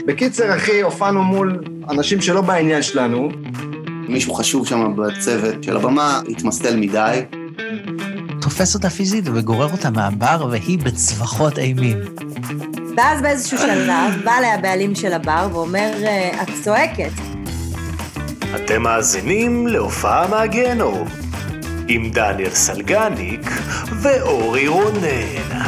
בקיצר, אחי, הופענו מול אנשים שלא בעניין שלנו. מישהו חשוב שם בצוות של הבמה, התמסטל מדי. תופס אותה פיזית וגורר אותה מהבר, והיא בצווחות אימים. ואז באיזשהו שלב, בא לה הבעלים של הבר ואומר, את צועקת. אתם מאזינים להופעה מהגיהנום, עם דניאל סלגניק ואורי רונן.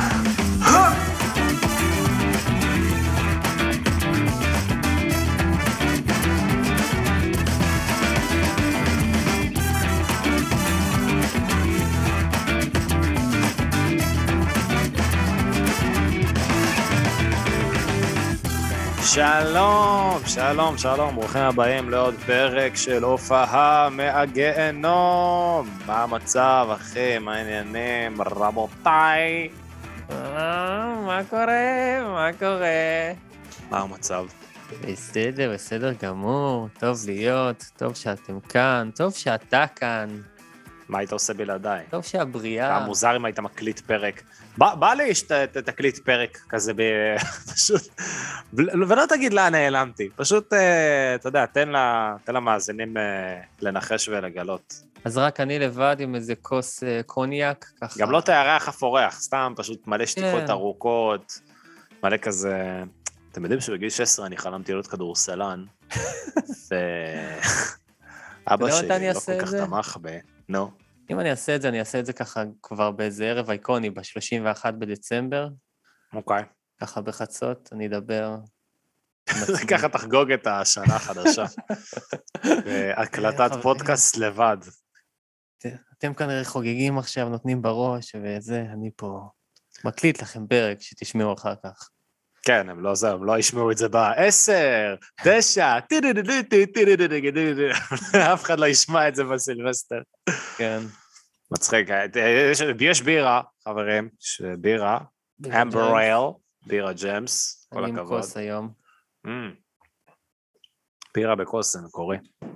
שלום, שלום, שלום, ברוכים הבאים לעוד פרק של הופעה מהגיהנום. מה המצב, אחי? מה העניינים? רבותיי? מה קורה? מה קורה? מה המצב? בסדר, בסדר גמור, טוב להיות, טוב שאתם כאן, טוב שאתה כאן. מה היית עושה בלעדיי? טוב שהבריאה... היה מוזר אם היית מקליט פרק. בא לי שתקליט פרק כזה פשוט, ולא תגיד לה נעלמתי, פשוט, אתה יודע, תן למאזינים לנחש ולגלות. אז רק אני לבד עם איזה כוס קוניאק, ככה. גם לא תארח אף אורח, סתם פשוט מלא שתיקות ארוכות, מלא כזה, אתם יודעים שבגיל 16 אני חלמתי להיות כדורסלן, ואבא שלי לא כל כך תמך נו. אם אני אעשה את זה, אני אעשה את זה ככה כבר באיזה ערב אייקוני, ב-31 בדצמבר. אוקיי. ככה בחצות, אני אדבר. ככה תחגוג את השנה החדשה. והקלטת פודקאסט לבד. אתם כנראה חוגגים עכשיו, נותנים בראש, וזה, אני פה מקליט לכם פרק שתשמעו אחר כך. כן, הם לא ישמעו את זה ב-10, 9, אף אחד לא ישמע את זה בסילבסטר. כן. מצחיק, יש בירה, חברים, בירה, אמבר רייל, בירה ג'מס, כל הכבוד. אני עם כוס היום. בירה בכוס, זה מקורי.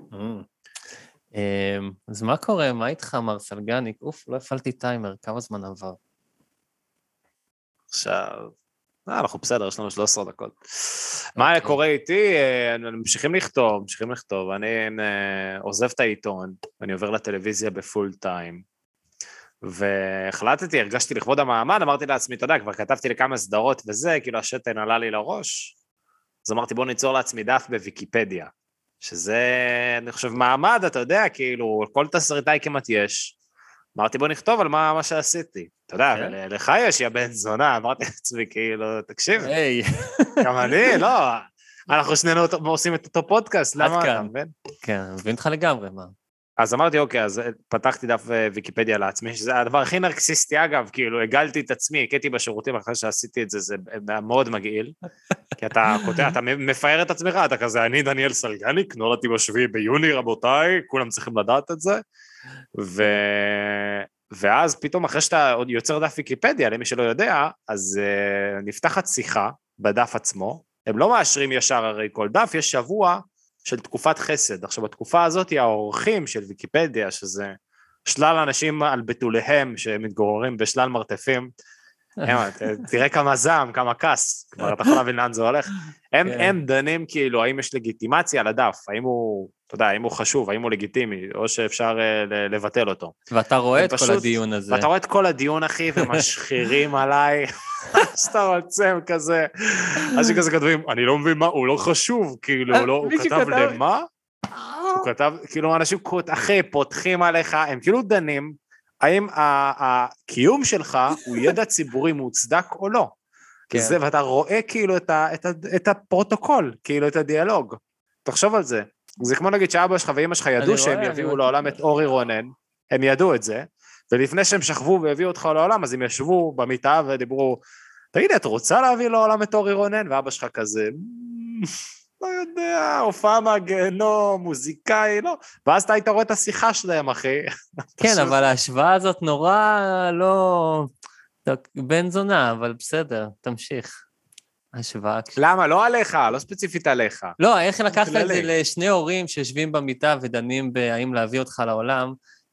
אז מה קורה? מה איתך, מר סלגניק? אוף, לא הפעלתי טיימר, כמה זמן עבר? עכשיו... אנחנו בסדר, יש לנו 13 דקות. מה קורה איתי? ממשיכים לכתוב, אני עוזב את העיתון, ואני עובר לטלוויזיה בפול טיים, והחלטתי, הרגשתי לכבוד המעמד, אמרתי לעצמי, אתה יודע, כבר כתבתי לכמה סדרות וזה, כאילו השתן עלה לי לראש, אז אמרתי, בוא ניצור לעצמי דף בוויקיפדיה, שזה, אני חושב, מעמד, אתה יודע, כאילו, כל תסריטאי כמעט יש, אמרתי, בוא נכתוב על מה שעשיתי. אתה יודע, לך יש יא בן זונה, אמרתי לעצמי, כאילו, תקשיב. היי. גם אני, לא. אנחנו שנינו עושים את אותו פודקאסט, למה אתה מבין? כן, מבין לך לגמרי, מה? אז אמרתי, אוקיי, אז פתחתי דף ויקיפדיה לעצמי, שזה הדבר הכי נרקסיסטי, אגב, כאילו, הגלתי את עצמי, הכיתי בשירותים, אחרי שעשיתי את זה, זה מאוד מגעיל, כי אתה מפאר את עצמך, אתה כזה, אני דניאל סלגניק, נולדתי ב7 ביוני, רבותיי, כולם צריכים לדעת את זה, ואז פתאום אחרי שאתה עוד יוצר דף ויקיפדיה, למי שלא יודע, אז נפתחת שיחה בדף עצמו, הם לא מאשרים ישר הרי כל דף, יש שבוע של תקופת חסד, עכשיו התקופה הזאת היא האורחים של ויקיפדיה, שזה שלל אנשים על בתוליהם שמתגוררים בשלל מרתפים, תראה כמה זעם, כמה כס, כבר אתה יכול להבין לאן זה הולך, הם דנים כאילו, האם יש לגיטימציה לדף, האם הוא, אתה יודע, האם הוא חשוב, האם הוא לגיטימי, או שאפשר לבטל אותו. ואתה רואה את כל הדיון הזה. ואתה רואה את כל הדיון, אחי, ומשחירים עליי, שאתה רוצם כזה, אז שכזה כתבים, אני לא מבין מה, הוא לא חשוב, כאילו, הוא כתב למה? הוא כתב, כאילו, אנשים, אחי, פותחים עליך, הם כאילו דנים, האם הקיום שלך הוא ידע ציבורי מוצדק או לא. ואתה רואה כאילו את הפרוטוקול, כאילו את הדיאלוג. תחשוב על זה. זה כמו נגיד שאבא שלך ואמא שלך ידעו שהם יביאו לעולם את אורי רונן, הם ידעו את זה, ולפני שהם שכבו והביאו אותך לעולם, אז הם ישבו במיטה ודיברו, תגידי, את רוצה להביא לעולם את אורי רונן? ואבא שלך כזה, לא יודע, הופעה מהגיהנום, מוזיקאי, לא. ואז אתה היית רואה את השיחה שלהם, אחי. כן, אבל ההשוואה הזאת נורא לא... בן זונה, אבל בסדר, תמשיך. השוואה... למה? לא עליך, לא ספציפית עליך. לא, איך לקחת את זה לשני הורים שיושבים במיטה ודנים בהאם להביא אותך לעולם,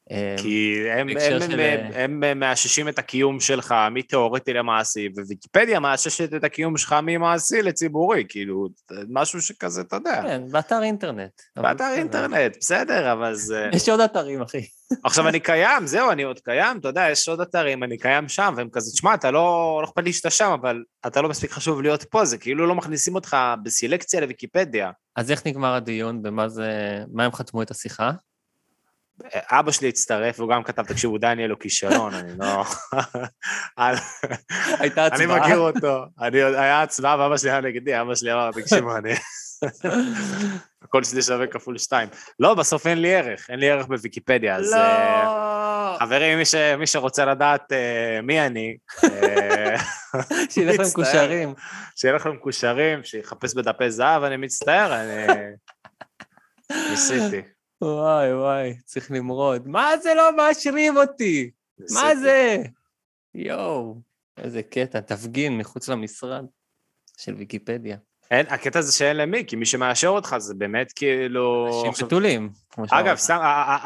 כי בהקשר של- הם מאששים את הקיום שלך מתיאורטי למעשי, וויקיפדיה מאששת את הקיום שלך ממעשי לציבורי, כאילו, משהו שכזה, אתה יודע. כן, באתר אינטרנט. אבל באתר בסדר. אינטרנט, בסדר, אבל זה... יש עוד אתרים, אחי. עכשיו אני קיים, זהו, אני עוד קיים, אתה יודע, יש עוד אתרים, אני קיים שם, והם כזה, תשמע, אתה לא אכפת לי שאתה שם, אבל אתה לא מספיק חשוב להיות פה, זה כאילו לא מכניסים אותך בסלקציה לוויקיפדיה. אז איך נגמר הדיון? מה הם חתמו את השיחה? אבא שלי הצטרף, והוא גם כתב, תקשיבו, דניאל הוא כישלון, אני לא... הייתה אני הצבעה. מכיר אותו, היה הצבעה, ואבא שלי היה נגדי, אבא שלי אמר, תקשיבו, אני... הכל שלי שווה כפול 2. לא, בסוף אין לי ערך, אין לי ערך בוויקיפדיה, אז... לא! חברים, מי שרוצה לדעת מי אני, שילך להם מצטער. קושרים. שיהיה לכם קושרים, שיחפש בדפי זהב, אני מצטער, אני... ניסיתי. וואי, צריך למרוד. מה זה לא מאשרים אותי? מה זה? יואו, איזה קטע, תפגין מחוץ למשרד של ויקיפדיה. הקטע זה שאין למי, כי מי שמאשר אותך זה באמת כאילו... אנשים בתולים. אגב, סתם,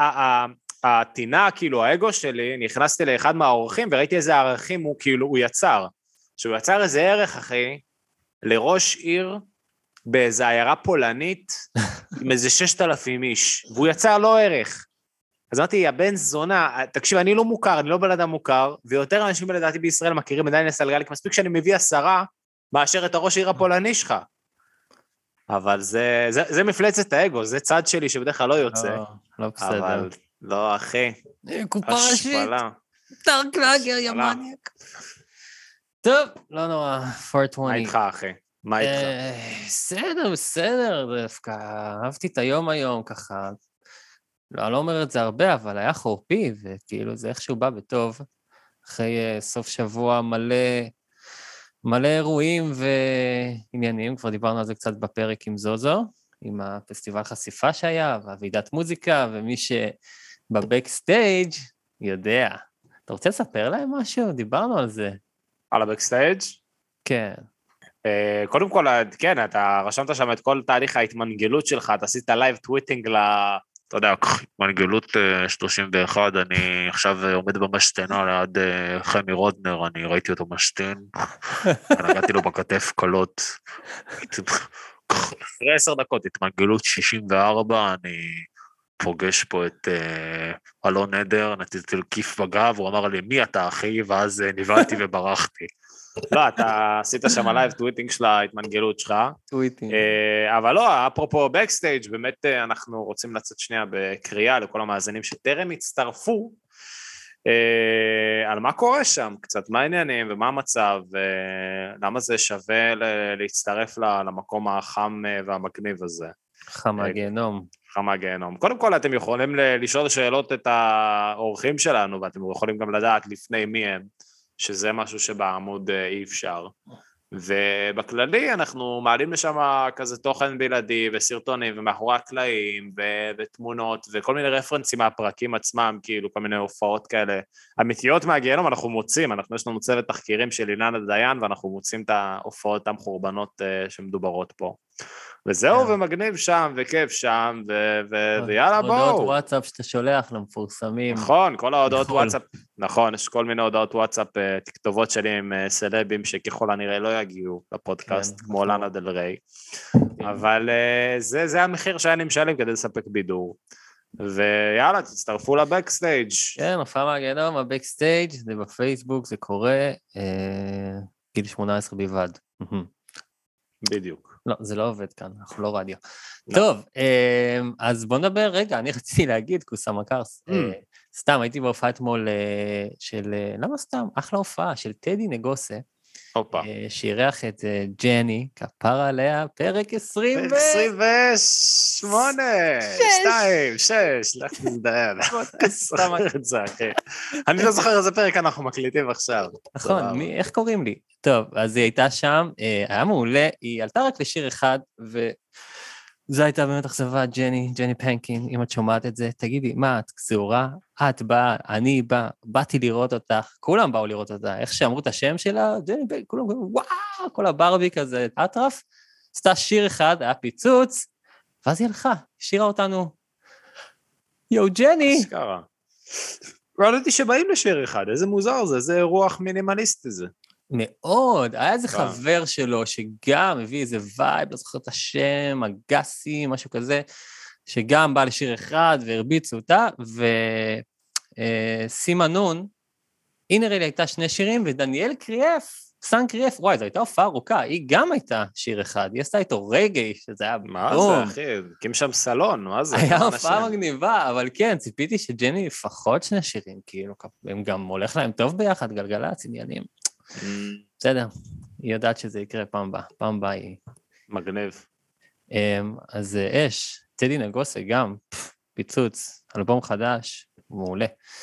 הטינה, כאילו, האגו שלי, נכנסתי לאחד מהאורחים, וראיתי איזה ערכים הוא כאילו, הוא יצר. שהוא יצר איזה ערך, אחי, לראש עיר, באיזה עיירה פולנית, עם איזה 6,000 איש, והוא יצר לו ערך. אז אמרתי, הבן זונה, תקשיב, אני לא מוכר, אני לא בן אדם מוכר, ויותר אנשים לדעתי בישראל מכירים את דניאל סלגליק, מספיק שאני מביא 10, מאשר את הראש העיר הפולני שלך. אבל זה מפלצת האגו, זה צד שלי שבדרך כלל לא יוצא. לא בסדר. אבל לא, אחי. קופה ראשית, השפלה. טארק לאגר, יא מניאק. טוב, לא נורא, 420. מה איתך, אחי? מה איתך? בסדר, דווקא אהבתי את היום ככה. לא, אני לא אומר את זה הרבה, אבל היה חורפי, וכאילו זה איכשהו בא בטוב, אחרי סוף שבוע מלא אירועים ועניינים, כבר דיברנו על זה קצת בפרק עם זוזו, עם הפסטיבל חשיפה שהיה, והוועידת מוזיקה, ומי שבבקסטייג' יודע. אתה רוצה לספר להם משהו? דיברנו על זה. על הבקסטייג'? כן. קודם כל, כן, אתה רשמת שם את כל תהליך ההתמנגלות שלך, אתה עשית לייב טוויטינג אתה יודע, התמנגלות 31, אני עכשיו עומד במשתנה ליד חמי רודנר, אני ראיתי אותו משתן, נגעתי לו בכתף קלות, אחרי 10 דקות, התמנגלות 64, אני פוגש פה את אלון נדר, נתתי לו כיף בגב, הוא אמר לי, מי אתה אחי? ואז נבלתי וברחתי. לא, אתה עשית שם לייב טוויטינג של ההתמנגלות שלך. טוויטינג. אבל לא, אפרופו בקסטייג', באמת אנחנו רוצים לצאת שנייה בקריאה לכל המאזינים שטרם הצטרפו, על מה קורה שם, קצת מה העניינים ומה המצב, ולמה זה שווה להצטרף למקום החם והמגניב הזה. חם הגיהנום. חם הגיהנום. קודם כל אתם יכולים לשאול שאלות את האורחים שלנו, ואתם יכולים גם לדעת לפני מי הם, שזה משהו שבעמוד אי אפשר. ובכללי אנחנו מעלים לשם כזה תוכן בלעדי וסרטונים ומאחורי הקלעים ותמונות וכל מיני רפרנסים מהפרקים עצמם, כאילו כל מיני הופעות כאלה אמיתיות מהגיהנום אנחנו מוצאים, יש לנו צוות תחקירים של אילנה דיין ואנחנו מוצאים את ההופעות המחורבנות שמדוברות פה. וזהו, ומגניב שם, וכיף שם, ויאללה בואו. הודעות וואטסאפ שאתה שולח למפורסמים. נכון, כל ההודעות וואטסאפ, נכון, יש כל מיני הודעות וואטסאפ, תכתובות שלי עם סלבים שככל הנראה לא יגיעו לפודקאסט, כמו לנה דל ריי, אבל זה המחיר שאני משלם כדי לספק בידור. ויאללה, תצטרפו לבקסטייג'. כן, הופעה מהגיהנום, הבקסטייג', זה בפייסבוק, זה קורה, גיל 18 בלבד. בדיוק. לא, זה לא עובד כאן, אנחנו לא רדיו. טוב, אז בוא נדבר, רגע, אני רציתי להגיד, קוסאמה קרס, סתם, הייתי בהופעה אתמול של, למה סתם? אחלה הופעה, של טדי נגוסה, שאירח את ג'ני, כפרה עליה, פרק 28, 2, 6, לך תזדיין. אני לא זוכר איזה פרק אנחנו מקליטים עכשיו. נכון, איך קוראים לי? טוב, אז היא הייתה שם, היה מעולה, היא עלתה רק לשיר אחד, וזו הייתה באמת אכזבה, ג'ני פנקין, אם את שומעת את זה, תגידי, מה, את קזורה? את באה, אני באתי לראות אותך, כולם באו לראות אותה, איך שאמרו את השם שלה, ג'ני פנקין, כולם, וואו, כל הברבי כזה, אטרף, עשתה שיר אחד, היה פיצוץ, ואז היא הלכה, השאירה אותנו, יו, ג'ני, לא ידעתי שבאים לשיר אחד, איזה מוזר זה, איזה רוח מינימליסטי זה. מאוד, היה איזה חבר שלו שגם הביא איזה וייב, לא זוכר את השם, אגסי, משהו כזה, שגם בא לשיר אחד והרביצו אותה, וסימה נון, היא נראה לי הייתה 2 שירים, ודניאל קריאף, סן קריאף, וואי, זו הייתה הופעה ארוכה, היא גם הייתה שיר אחד, היא עשתה איתו רגעי, שזה היה בום. מה זה, אחי? הקים שם סלון, מה זה? היה הופעה מגניבה, אבל כן, ציפיתי שג'ני לפחות 2 שירים, כאילו, הם גם הולך להם טוב ביחד, גלגלצ, עניינים. בסדר, היא יודעת שזה יקרה פעם הבאה היא... מגניב. אז אש, טדי נגוסה גם, פיצוץ, אלבום חדש, מעולה.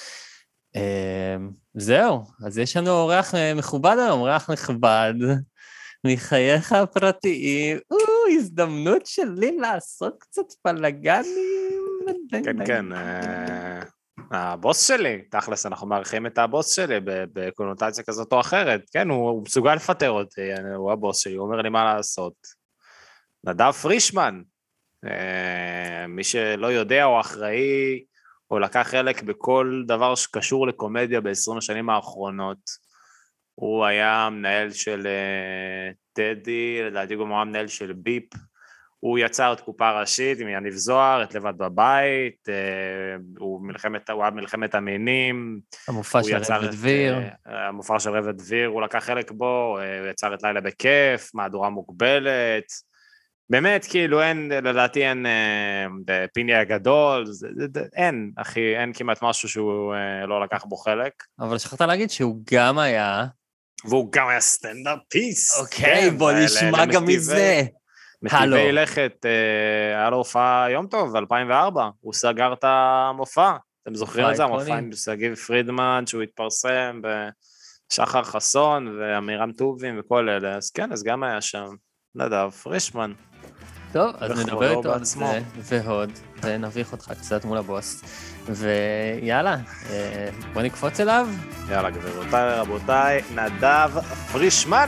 זהו, אז יש לנו אורח מכובד היום, אורח נכבד, מחייך הפרטיים, הזדמנות שלי לעשות קצת פלגנים. כן, הבוס שלי, תכלס, אנחנו מעריכים את הבוס שלי בקונוטציה כזאת או אחרת, כן, הוא מסוגל לפטר אותי, הוא הבוס שלי, הוא אומר לי מה לעשות. נדב פרישמן, מי שלא יודע או אחראי, הוא לקח חלק בכל דבר שקשור לקומדיה ב-20 השנים האחרונות. הוא היה מנהל של טדי, לדעתי גם הוא היה מנהל של ביפ. הוא יצר את קופה ראשית עם יניב זוהר, את לבד בבית, הוא היה מלחמת המינים. המופע של רבד דביר. המופע של רבד דביר, הוא לקח חלק בו, הוא יצר את לילה בכיף, מהדורה מוגבלת. באמת, כאילו, לדעתי אין, בפיני הגדול, אין, אחי, אין כמעט משהו שהוא לא לקח בו חלק. אבל שכחת להגיד שהוא גם היה... והוא גם היה סטנדאפיסט. אוקיי, בוא נשמע גם מזה. מטבעי לכת, היה לו הופעה יום טוב, 2004, הוא סגר את המופע. אתם זוכרים את זה? המופע עם סגיב פרידמן, שהוא התפרסם בשחר חסון, ואמירם טובים וכל אלה. אז כן, אז גם היה שם. נדב פרישמן. טוב, אז נדבר איתו על זה, והוד, ונביך אותך קצת מול הבוס, ויאללה, בוא נקפוץ אליו. יאללה, גבירותיי ורבותיי, נדב פרישמן.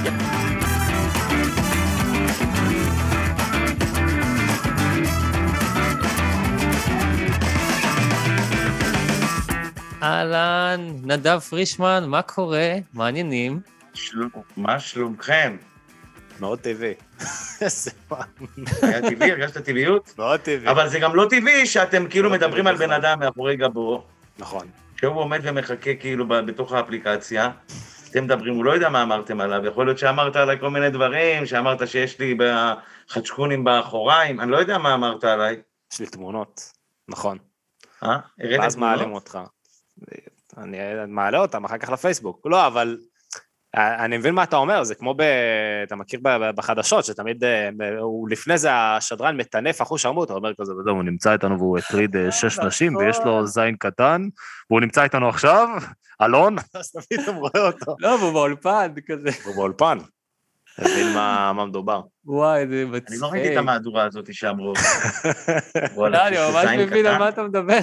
אהלן, נדב פרישמן, מה קורה? מה העניינים? מה שלומכם? מאוד טבעי. איזה פעם. היה טבעי, הרגשת טבעיות? מאוד טבעי. אבל זה גם לא טבעי שאתם כאילו מדברים על בן אדם מאחורי גבו. נכון. שהוא עומד ומחכה כאילו בתוך האפליקציה. אתם מדברים, הוא לא יודע מה אמרתם עליו. יכול להיות שאמרת עליי כל מיני דברים, שאמרת שיש לי חדשקונים באחוריים. אני לא יודע מה אמרת עליי. יש לי תמונות. נכון. ואז מעלים אותך. אני מעלה אותם אחר כך לפייסבוק. לא, אבל... אני מבין מה אתה אומר, זה כמו אתה מכיר בחדשות, שתמיד, הוא לפני זה השדרן מטנף אחוש עמוד, הוא אומר כזה, הוא נמצא איתנו והוא הטריד 6 נשים, ויש לו זין קטן, והוא נמצא איתנו עכשיו, אלון, אז תמיד אתה רואה אותו. לא, הוא באולפן כזה. הוא באולפן, תבין מה מדובר. וואי, זה מצחיק. אני לא ראיתי את המהדורה הזאת שאמרו. לא, אני ממש מבין על מה אתה מדבר.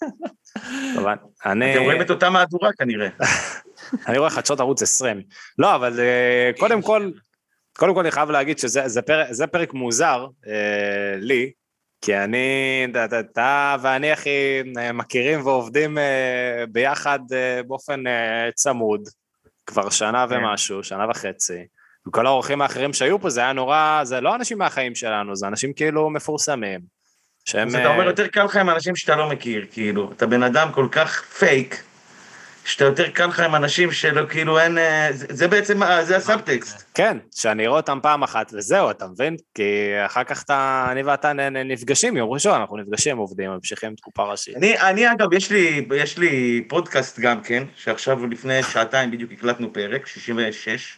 אתם רואים את אותה מהדורה כנראה. אני רואה חדשות ערוץ 20. לא, אבל קודם כל אני חייב להגיד שזה פרק מוזר לי, כי אתה ואני הכי מכירים ועובדים ביחד באופן צמוד, כבר שנה ומשהו, שנה וחצי, וכל האורחים האחרים שהיו פה זה היה נורא, זה לא אנשים מהחיים שלנו, זה אנשים כאילו מפורסמים. אז אתה אומר יותר קל לך עם אנשים שאתה לא מכיר, כאילו, אתה בן אדם כל כך פייק, שאתה יותר קל לך עם אנשים שלא, כאילו אין, זה בעצם, זה הסאבטקסט. כן, שאני אראה אותם פעם אחת, וזהו, אתה מבין? כי אחר כך אני ואתה נפגשים, יום ראשון, אנחנו נפגשים, עובדים, ממשיכים תקופה ראשית. אני אגב, יש לי פודקאסט גם כן, שעכשיו לפני שעתיים בדיוק הקלטנו פרק, 66,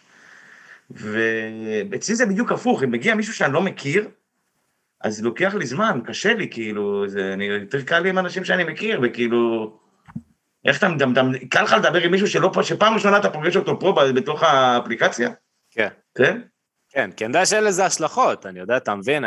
ואצלי זה בדיוק הפוך, אם מגיע מישהו שאני לא מכיר, אז לוקח לי זמן, קשה לי, כאילו, יותר קל לי עם אנשים שאני מכיר, וכאילו, איך אתה, קל לך לדבר עם מישהו שפעם ראשונה אתה פוגש אותו פה בתוך האפליקציה? כן. כן? כן, כי אני יודע שאלה זה השלכות, אני יודע, אתה מבין,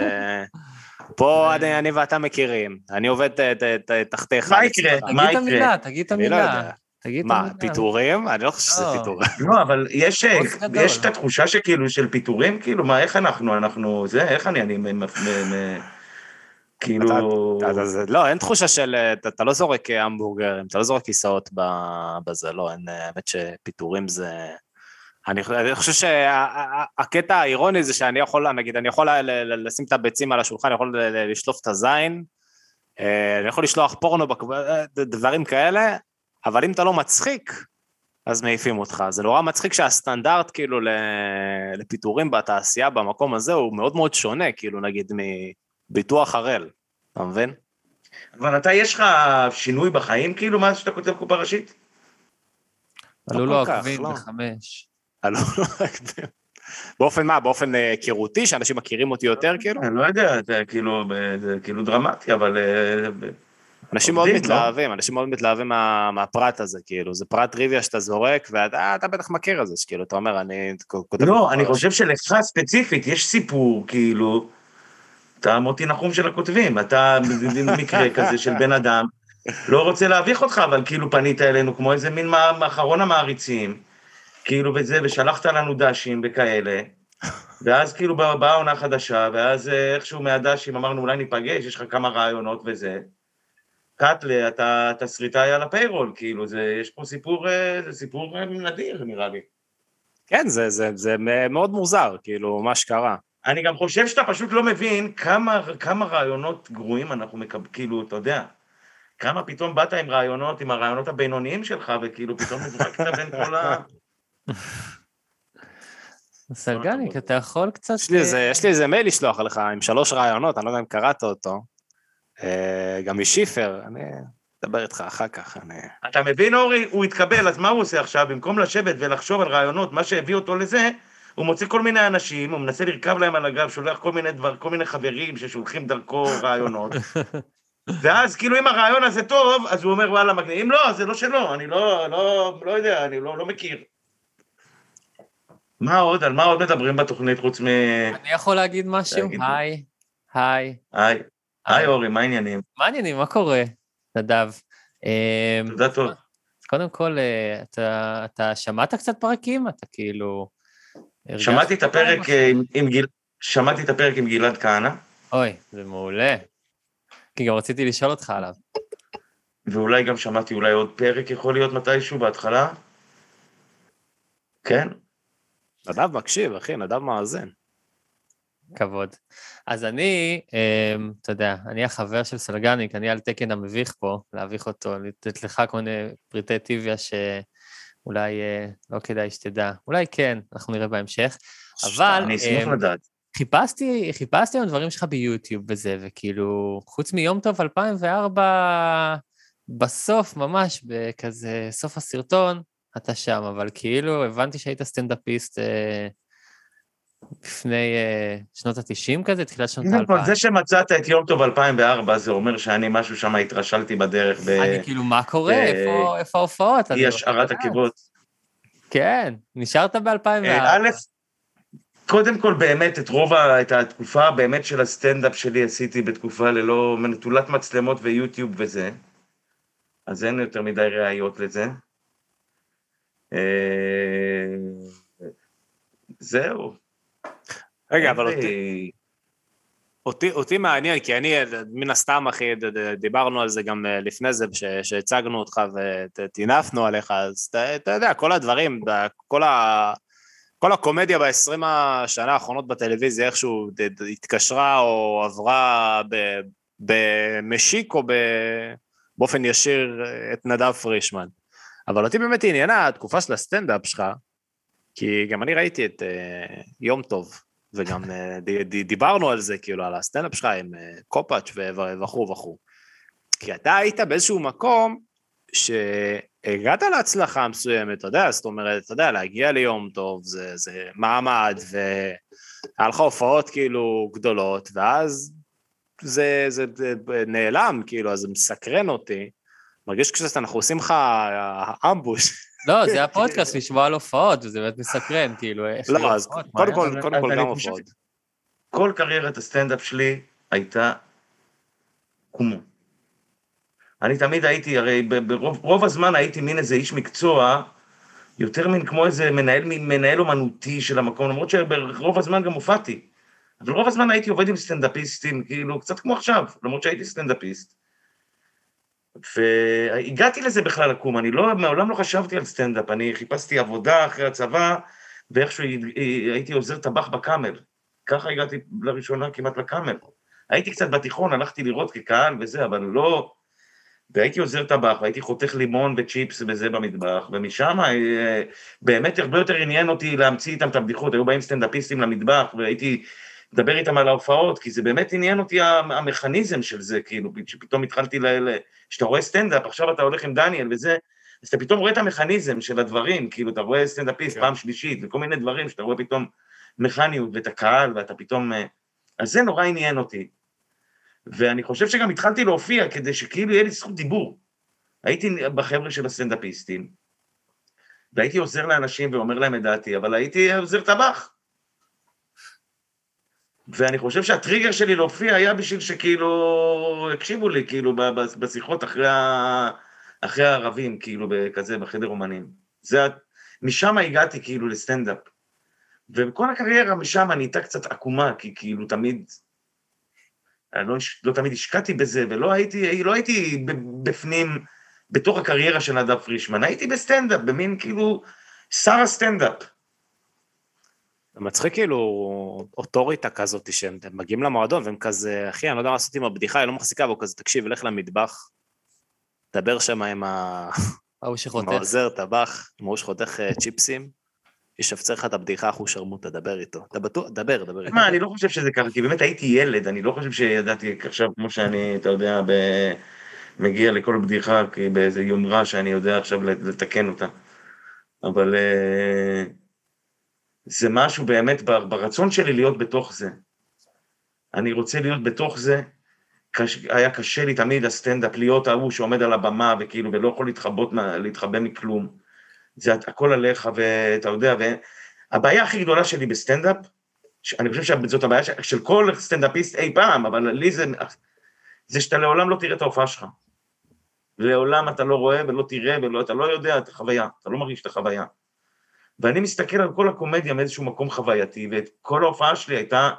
פה אני ואתה מכירים, אני עובד תחתיך. מה יקרה? תגיד את המילה. מה, פיתורים? אני לא חושב שזה פיתורים. לא, אבל יש את התחושה שכאילו, של פיתורים, כאילו, מה, איך אנחנו, איך אני, כאילו... לא, אין תחושה של, אתה לא זורק המבורגרים, אתה לא זורק כיסאות בזה, לא, אין, האמת שפיתורים זה... אני חושב שהקטע האירוני זה שאני יכול, נגיד, אני יכול לשים את הביצים על השולחן, אני יכול לשלוף את הזין, אני יכול לשלוח פורנו, דברים כאלה, אבל אם אתה לא מצחיק, אז מעיפים אותך. זה נורא מצחיק שהסטנדרט כאילו לפיתורים בתעשייה במקום הזה הוא מאוד מאוד שונה, כאילו נגיד מביטוח הראל, אתה מבין? אבל אתה, יש לך שינוי בחיים כאילו, מה שאתה כותב קופה ראשית? עלו לו עקבים ב5. עלו לו עקבים. באופן מה? באופן היכרותי, שאנשים מכירים אותי יותר כאילו? אני לא יודע, זה כאילו דרמטי, אבל... אנשים מאוד מתלהבים, אנשים מאוד מתלהבים מהפרט הזה, כאילו, זה פרט טריוויה שאתה זורק, ואתה בטח מכיר את זה, כאילו, אתה אומר, אני... לא, אני חושב שלך ספציפית, יש סיפור, כאילו, אתה מוטי נחום של הכותבים, אתה במקרה כזה של בן אדם, לא רוצה להביך אותך, אבל כאילו פנית אלינו כמו איזה מין אחרון המעריצים, כאילו וזה, ושלחת לנו דשים וכאלה, ואז כאילו באה עונה חדשה, ואז איכשהו מהדשים אמרנו, אולי ניפגש, יש לך כמה רעיונות וזה, קטלה, אתה תסריטאי על הפיירול, כאילו, יש פה סיפור, זה סיפור נדיר, נראה לי. כן, זה מאוד מוזר, כאילו, מה שקרה. אני גם חושב שאתה פשוט לא מבין כמה רעיונות גרועים אנחנו מקבלים, כאילו, אתה יודע, כמה פתאום באת עם הרעיונות הבינוניים שלך, וכאילו פתאום מברקת בין כל ה... סלגניק, אתה יכול קצת... יש לי איזה מייל לשלוח לך עם 3 רעיונות, אני לא יודע אם קראת אותו. גם משיפר, אני אדבר איתך אחר כך. אתה מבין, אורי, הוא התקבל, אז מה הוא עושה עכשיו? במקום לשבת ולחשוב על רעיונות, מה שהביא אותו לזה, הוא מוצא כל מיני אנשים, הוא מנסה לרכב להם על הגב, שולח כל מיני חברים ששולחים דרכו רעיונות, ואז כאילו אם הרעיון הזה טוב, אז הוא אומר, וואלה, מגניב, אם לא, זה לא שלו, אני לא יודע, אני לא מכיר. על מה עוד מדברים בתוכנית חוץ מ... אני יכול להגיד משהו? היי אורי, מה העניינים? מה העניינים? מה קורה? נדב. תודה טוב. קודם כל, אתה שמעת קצת פרקים? אתה כאילו... שמעתי את הפרק עם גלעד כהנא. אוי, זה מעולה. כי גם רציתי לשאול אותך עליו. ואולי גם שמעתי אולי עוד פרק יכול להיות מתישהו בהתחלה? כן? נדב מקשיב, אחי, נדב מאזן. כבוד. אז אני, אתה יודע, אני החבר של סלגניק, אני על תקן המביך פה, להביך אותו, לתת לך כל מיני פריטי טבעיה שאולי לא כדאי שתדע, אולי כן, אנחנו נראה בהמשך, אבל... אני אשמח לדעת. חיפשתי היום דברים שלך ביוטיוב וזה, וכאילו, חוץ מיום טוב 2004, בסוף, ממש, בכזה סוף הסרטון, אתה שם, אבל כאילו, הבנתי שהיית סטנדאפיסט לפני שנות ה-90 כזה, תחילת שנות ה-2000. זה שמצאת את יום טוב 2004, זה אומר שאני משהו שם התרשלתי בדרך. אני כאילו, מה קורה? איפה ההופעות? היא השארת הקיבות. כן, נשארת ב-2004. א', קודם כל באמת את התקופה באמת של הסטנדאפ שלי עשיתי בתקופה ללא נטולת מצלמות ויוטיוב וזה, אז אין יותר מדי ראיות לזה. זהו. רגע, אבל אותי מעניין, כי אני, מן הסתם, אחי, דיברנו על זה גם לפני זה, שהצגנו אותך ותינפנו עליך, אז אתה יודע, כל הדברים, כל הקומדיה ב-20 השנה האחרונות בטלוויזיה, איכשהו התקשרה או עברה במשיק או באופן ישיר את נדב פרישמן. אבל אותי באמת עניינה התקופה של הסטנדאפ שלך, כי גם אני ראיתי את יום טוב, וגם דיברנו על זה, כאילו, על הסטנדאפ שלך עם קופאץ' וכו'. כי אתה היית באיזשהו מקום שהגעת להצלחה מסוימת, אתה יודע, זאת אומרת, אתה יודע, להגיע ליום טוב, זה מעמד, והיה לך הופעות כאילו גדולות, ואז זה נעלם, כאילו, אז זה מסקרן אותי, מרגיש כשאנחנו עושים לך אמבוש. לא, זה הפודקאסט לשמוע על הופעות, וזה באמת מסקרן, כאילו. לא, אז קודם כל גם הופעות. כל קריירת הסטנדאפ שלי הייתה קומו. אני תמיד הייתי, הרי ברוב הזמן הייתי מין איזה איש מקצוע, יותר מן כמו איזה מנהל אומנותי של המקום, למרות שברוב הזמן גם הופעתי. אבל רוב הזמן הייתי עובד עם סטנדאפיסטים, כאילו, קצת כמו עכשיו, למרות שהייתי סטנדאפיסט. והגעתי לזה בכלל לקום, אני מעולם לא חשבתי על סטנדאפ, אני חיפשתי עבודה אחרי הצבא, ואיכשהו הייתי עוזר טבח בקאמל. ככה הגעתי לראשונה כמעט לקאמל. הייתי קצת בתיכון, הלכתי לראות כקהל וזה, אבל לא... והייתי עוזר טבח, והייתי חותך לימון וצ'יפס וזה במטבח, ומשם באמת הרבה יותר עניין אותי להמציא איתם את הבדיחות, היו באים סטנדאפיסטים למטבח, והייתי מדבר איתם על ההופעות, כי זה באמת עניין אותי המכניזם של זה, כאילו, שפתאום התחלתי שאתה רואה סטנדאפ, עכשיו אתה הולך עם דניאל וזה, אז אתה פתאום רואה את המכניזם של הדברים, כאילו, אתה רואה סטנדאפיסט פעם שלישית, וכל מיני דברים שאתה רואה פתאום מכניות ואת הקהל, ואתה פתאום... אז זה נורא עניין אותי. ואני חושב שגם התחלתי להופיע כדי שכאילו יהיה לי זכות דיבור. הייתי בחבר'ה של הסטנדאפיסטים, והייתי עוזר לאנשים ואומר להם את דעתי, אבל הייתי עוזר טבח. ואני חושב שהטריגר שלי להופיע היה בשביל שכאילו הקשיבו לי, כאילו בשיחות אחרי הערבים, כאילו כזה בחדר אומנים. משם הגעתי כאילו לסטנדאפ. ובכל הקריירה משם אני איתה קצת עקומה, כי כאילו תמיד... אני לא תמיד השקעתי בזה, ולא הייתי בפנים, בתוך הקריירה של נדב פרישמן, הייתי בסטנדאפ, במין כאילו, שר הסטנדאפ. זה מצחיק כאילו, אוטוריטה כזאת, שהם מגיעים למועדון, והם כזה, אחי, אני לא יודע מה לעשות עם הבדיחה, היא לא מחזיקה, והוא כזה, תקשיב, הלך למטבח, דבר שם עם העוזר טבח, עם ההוא שחותך צ'יפסים, ישפצר לך את הבדיחה, אחו שרמוט, תדבר איתו. דבר איתו. מה, אני לא חושב שזה ככה, כי באמת הייתי ילד, אני לא חושב שידעתי עכשיו, כמו שאני, אתה יודע, מגיע לכל בדיחה, באיזה יומרה שאני יודע עכשיו לתקן אותה. אבל זה משהו באמת ברצון שלי להיות בתוך זה. אני רוצה להיות בתוך זה, היה קשה לי תמיד הסטנדאפ, להיות ההוא שעומד על הבמה, וכאילו, ולא יכול להתחבא מכלום. זה הכל עליך, ואתה יודע, והבעיה הכי גדולה שלי בסטנדאפ, אני חושב שזאת הבעיה של כל סטנדאפיסט אי פעם, אבל לי זה שאתה לעולם לא תראה את ההופעה שלך. לעולם אתה לא רואה ולא תראה, אתה לא יודע את החוויה, אתה לא מרגיש את החוויה. ואני מסתכל על כל הקומדיה מאיזשהו מקום חווייתי, ואת כל ההופעה שלי הייתה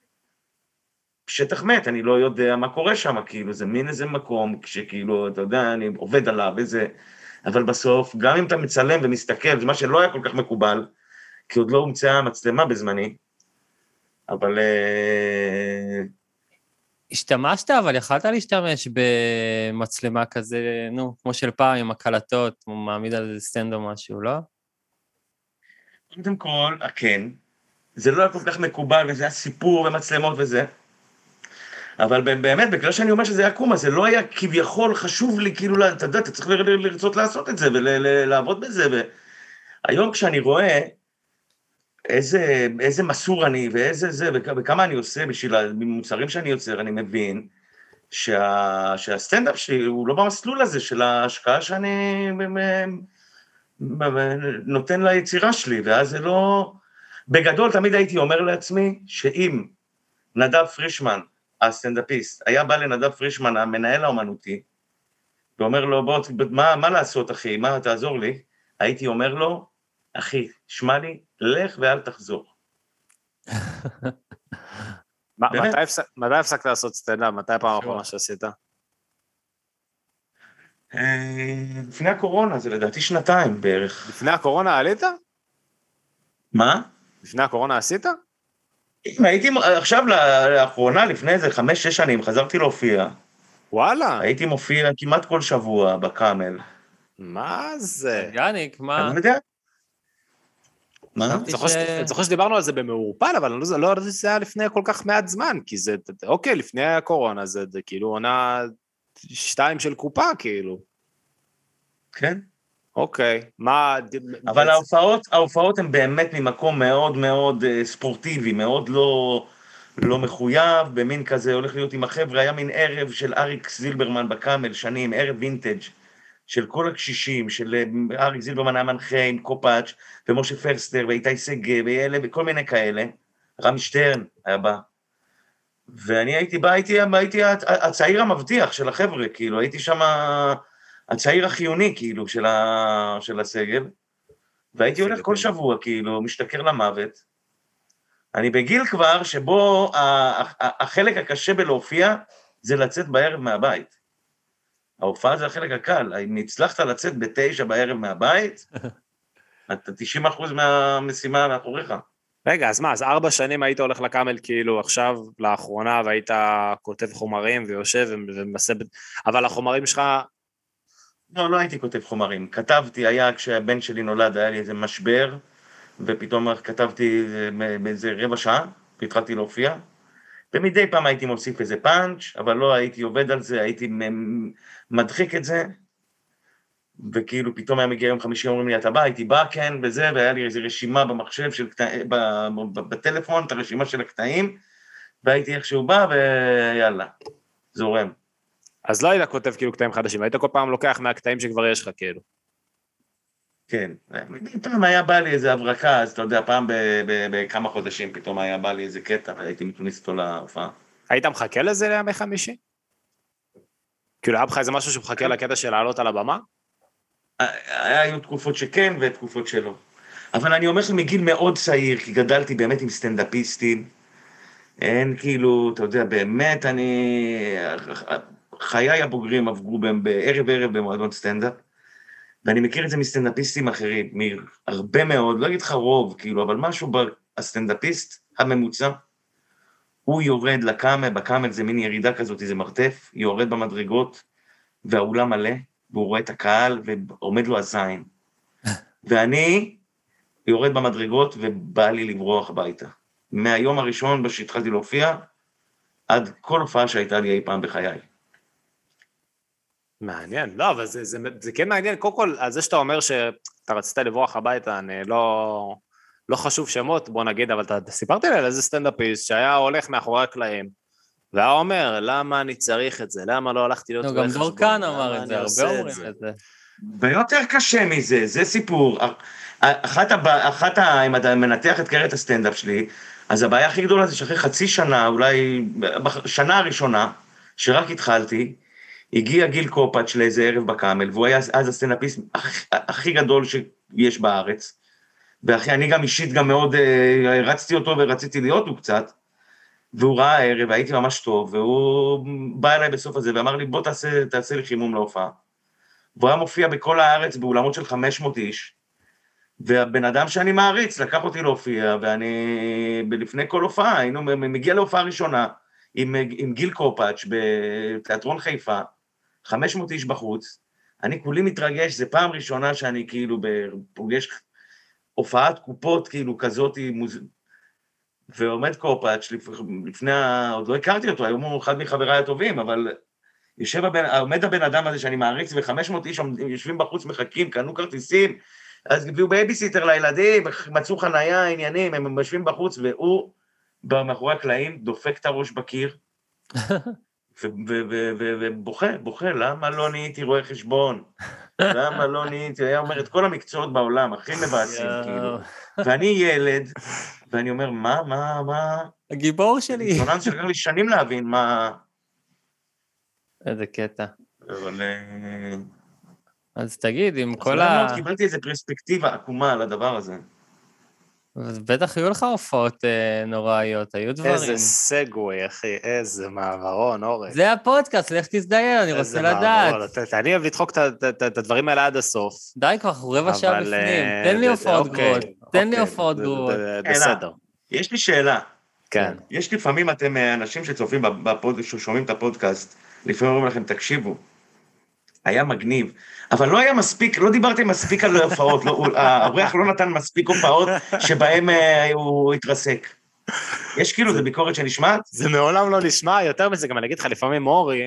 שטח מת, אני לא יודע מה קורה שם, כאילו, זה מין איזה מקום, שכאילו, אתה יודע, אני עובד עליו, איזה... אבל בסוף, גם אם אתה מצלם ומסתכל, זה מה שלא היה כל כך מקובל, כי עוד לא הומצאה המצלמה בזמני, אבל... השתמשת, אבל יכלת להשתמש במצלמה כזה, נו, כמו של פעם, עם הקלטות, הוא מעמיד על סטנד או משהו, לא? קודם כל, כן, זה לא היה כל כך מקובל, וזה היה סיפור ומצלמות וזה, אבל באמת, בגלל שאני אומר שזה היה קומה, זה לא היה כביכול חשוב לי, כאילו, אתה יודע, אתה צריך לרצות לעשות את זה, ולעבוד בזה, והיום כשאני רואה איזה מסור אני, ואיזה זה, וכמה אני עושה בשביל המוצרים שאני יוצר, אני מבין שהסטנדאפ שלי הוא לא במסלול הזה של ההשקעה שאני נותן ליצירה שלי, ואז זה לא... בגדול, תמיד הייתי אומר לעצמי, שאם נדב פרישמן, הסטנדאפיסט, היה בא לנדב פרישמן, המנהל האומנותי, ואומר לו, בוא, מה לעשות, אחי? מה, תעזור לי? הייתי אומר לו, אחי, שמע לי, לך ואל תחזור. מתי הפסקת לעשות סטנדאפ? מתי הפעם האחרונה שעשית? לפני הקורונה, זה לדעתי 2 בערך. לפני הקורונה עלית? מה? לפני הקורונה עשית? הייתי, עכשיו לאחרונה, לפני איזה 5-6 שנים, חזרתי להופיע. וואלה. הייתי מופיע כמעט כל שבוע בקאמל. מה זה? יאניק, מה? אני לא יודע. מה? אני זוכר שדיברנו על זה במעורפל, אבל אני לא יודעת שזה היה לפני כל כך מעט זמן, כי זה, אוקיי, לפני הקורונה, זה כאילו עונה 2 של קופה, כאילו. כן. אוקיי, מה... אבל ההופעות הן באמת ממקום מאוד מאוד ספורטיבי, מאוד לא מחויב, במין כזה הולך להיות עם החבר'ה, היה מין ערב של אריק זילברמן בקאמל, שנים, ערב וינטג' של כל הקשישים, של אריק זילברמן היה מנחה עם קופאץ' ומשה פרסטר ואיתי סגב וכל מיני כאלה, רמי שטרן היה בא, ואני הייתי בא, הייתי הצעיר המבטיח של החבר'ה, כאילו, הייתי שם הצעיר החיוני, כאילו, של הסגל, והייתי הולך כל שבוע, כאילו, משתכר למוות, אני בגיל כבר שבו החלק הקשה בלהופיע זה לצאת בערב מהבית. ההופעה זה החלק הקל, אם הצלחת לצאת ב9 בערב מהבית, אתה 90% מהמשימה מאחוריך. רגע, אז מה, אז 4 שנים היית הולך לקאמל כאילו עכשיו, לאחרונה, והיית כותב חומרים ויושב ומנסה, אבל החומרים שלך... לא הייתי כותב חומרים. כתבתי, היה כשהבן שלי נולד, היה לי איזה משבר, ופתאום כתבתי באיזה רבע שעה, והתחלתי להופיע. ומדי פעם הייתי מוסיף איזה פאנץ', אבל לא הייתי עובד על זה, הייתי מדחיק את זה, וכאילו פתאום היה מגיע יום חמישי, אומרים לי, אתה בא, הייתי בא, כן, וזה, והיה לי איזו רשימה במחשב, בטלפון, את הרשימה של הקטעים, והייתי איכשהו בא, ויאללה, זורם. אז לא היית כותב כאילו קטעים חדשים, היית כל פעם לוקח מהקטעים שכבר יש לך כאילו. כן, פעם היה בא לי איזה הברקה, אז אתה יודע, פעם בכמה חודשים פתאום היה בא לי איזה קטע, והייתי מכניס אותו להופעה. היית מחכה לזה לימי חמישי? כאילו היה בך איזה משהו שמחכה לקטע של לעלות על הבמה? היו תקופות שכן ותקופות שלא. אבל אני אומר שמגיל מאוד צעיר, כי גדלתי באמת עם סטנדאפיסטים, אין כאילו, אתה יודע, באמת חיי הבוגרים עברו בערב במועדון סטנדאפ, ואני מכיר את זה מסטנדאפיסטים אחרים, מהרבה מאוד, לא אגיד לך רוב, כאילו, אבל משהו הסטנדאפיסט הממוצע, הוא יורד לקאמל, בקאמל זה מין ירידה כזאת, זה מרתף, יורד במדרגות, והאולם מלא, והוא רואה את הקהל, ועומד לו הזין. ואני יורד במדרגות, ובא לי לברוח הביתה. מהיום הראשון שהתחלתי להופיע, עד כל הופעה שהייתה לי אי פעם בחיי. מעניין, לא, אבל זה כן מעניין, קודם כל, על זה שאתה אומר שאתה רצית לברוח הביתה, אני לא חשוב שמות, בוא נגיד, אבל אתה סיפרתי לי על איזה סטנדאפיסט שהיה הולך מאחורי הקלעים, והיה אומר, למה אני צריך את זה? למה לא הלכתי להיות גם דורקן אמר את זה, הרבה אומרים את זה. ויותר קשה מזה, זה סיפור. אם אתה מנתח את קריירת הסטנדאפ שלי, אז הבעיה הכי גדולה זה שאחרי חצי שנה, אולי בשנה הראשונה, שרק התחלתי, הגיע גיל קופאץ' לאיזה ערב בקאמל, והוא היה אז הסטנדאפיסט הכי גדול שיש בארץ, ואני גם אישית גם מאוד רצתי אותו ורציתי להיות הוא קצת, והוא ראה הערב, והייתי ממש טוב, והוא בא אליי בסוף הזה, ואמר לי, בוא תעשה לי חימום להופעה. והוא היה מופיע בכל הארץ, באולמות של 500 איש, והבן אדם שאני מעריץ, לקח אותי להופיע, ואני, לפני כל הופעה, מגיע להופעה ראשונה, עם גיל קופאץ' בתיאטרון חיפה, 500 איש בחוץ, אני כולי מתרגש, זה פעם ראשונה שאני כאילו פוגש הופעת קופות כאילו כזאת, ועומד קופאץ' לפני, עוד לא הכרתי אותו, היום הוא אחד מחבריי הטובים, אבל עומד הבן אדם הזה שאני מעריץ, ו500 איש יושבים בחוץ מחכים, קנו כרטיסים, אז הביאו בייביסיטר לילדים, מצאו חנייה, עניינים, הם יושבים בחוץ, והוא מאחורי הקלעים דופק את הראש בקיר, ובוכה, למה לא נהייתי רואה חשבון? למה לא נהייתי, היה אומר את כל המקצועות בעולם, הכי מבאסים, כאילו. ואני ילד, ואני אומר, מה? הגיבור שלי. דיסוננס שלקח לי שנים להבין מה... איזה קטע. אבל... אז תגיד, עם כל קיבלתי איזו פרספקטיבה עקומה על הדבר הזה. בטח היו לך הופעות נוראיות, היו דברים. איזה סגווי, אחי, איזה מעברון, אורן. זה הפודקאסט, לך תזדיין, אני רוצה לדעת. אני אוהב לדחוק את הדברים האלה עד הסוף. די כבר, אנחנו רבע שעה בפנים, תן לי הופעות גרועות, תן לי הופעות גרועות. בסדר. יש לי שאלה. כן. יש לפעמים אתם אנשים שצופים ששומעים את הפודקאסט, לפעמים אומרים לכם, תקשיבו, היה מגניב, אבל לא היה מספיק, לא דיברתם מספיק על הופעות, האורח לא נתן מספיק הופעות שבהם הוא התרסק. יש כאילו, זה ביקורת שנשמעת? זה מעולם לא נשמע, יותר מזה, גם אני אגיד לך, לפעמים אורי,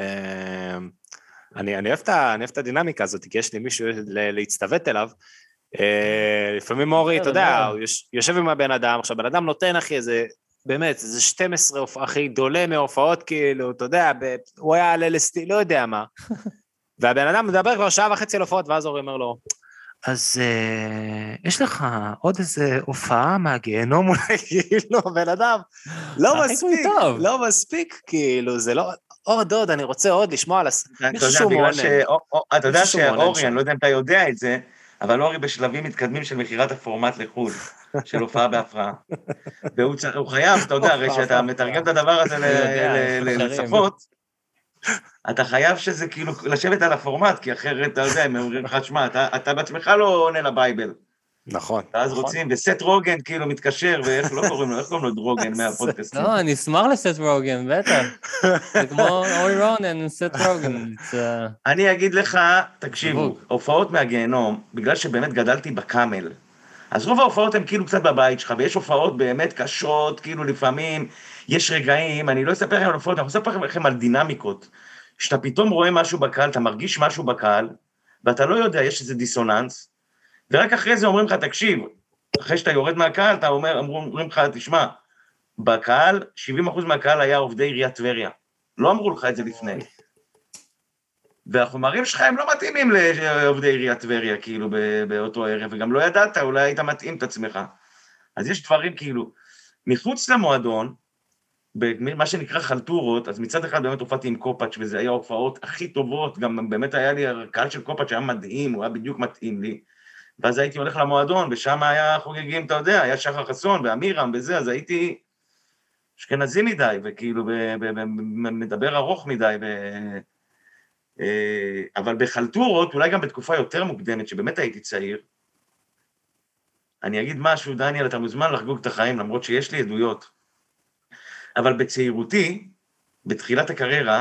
אני אוהב את הדינמיקה הזאת, כי יש לי מישהו להצטוות אליו, לפעמים אורי, אתה יודע, הוא יושב עם הבן אדם, עכשיו בן אדם נותן, אחי, איזה, באמת, איזה 12 אחי, דולה מהופעות, כאילו, אתה יודע, הוא היה על LSD, לא יודע מה. והבן אדם מדבר כבר שעה וחצי על הופעות, ואז אורי אומר לו, אז יש לך עוד איזה הופעה מהגיהנום אולי, כאילו, בן אדם, לא מספיק, כאילו, זה לא, דוד, אני רוצה עוד לשמוע על... אתה יודע שאורי, אני לא יודע אם אתה יודע את זה, אבל אורי בשלבים מתקדמים של מכירת הפורמט לחו"ל, של הופעה בהפרעה. והוא חייב, אתה יודע, הרי שאתה מתרגם את הדבר הזה לשפות, אתה חייב שזה כאילו לשבת על הפורמט, כי אחרת, אתה יודע, הם אומרים לך, שמע, אתה בעצמך לא עונה לבייבל. נכון. ואז רוצים, וסט רוגן כאילו מתקשר, ואיך לא קוראים לו, איך קוראים לו דרוגן מהפודקאסטים? לא, אני אשמח לסט רוגן, בטח. זה כמו אורי רונן, סט רוגן. אני אגיד לך, תקשיבו, הופעות מהגיהנום, בגלל שבאמת גדלתי בקאמל, אז רוב ההופעות הן כאילו קצת בבית שלך, ויש הופעות באמת קשות, כאילו לפעמים, יש רגעים, אני לא אספר לכם על הופעות, אני אספר לכם על דינמיקות, שאתה פתאום רואה משהו בקהל, אתה מרגיש משהו בקהל, ואתה לא יודע, יש איזה דיסוננס, ורק אחרי זה אומרים לך, תקשיב, אחרי שאתה יורד מהקהל, אומרים לך, תשמע, בקהל, 70% מהקהל היה עובדי עיריית טבריה. לא אמרו לך את זה לפני. והחומרים שלך הם לא מתאימים לעובדי עיריית טבריה, כאילו, באותו ערב, וגם לא ידעת, אולי היית מתאים את עצמך. אז יש דברים כאילו, מחוץ למועדון, במה שנקרא חלטורות, אז מצד אחד באמת הופעתי עם קופאץ' וזה היה הופעות הכי טובות, גם באמת היה לי, הקהל של קופאץ' היה מדהים, הוא היה בדיוק מתאים לי, ואז הייתי הולך למועדון, ושם היה חוגגים, אתה יודע, היה שחר חסון ואמירם וזה, אז הייתי אשכנזי מדי, וכאילו מדבר ארוך מדי, אבל בחלטורות, אולי גם בתקופה יותר מוקדמת, שבאמת הייתי צעיר, אני אגיד משהו, דניאל, אתה מוזמן לחגוג את החיים, למרות שיש לי עדויות, אבל בצעירותי, בתחילת הקריירה,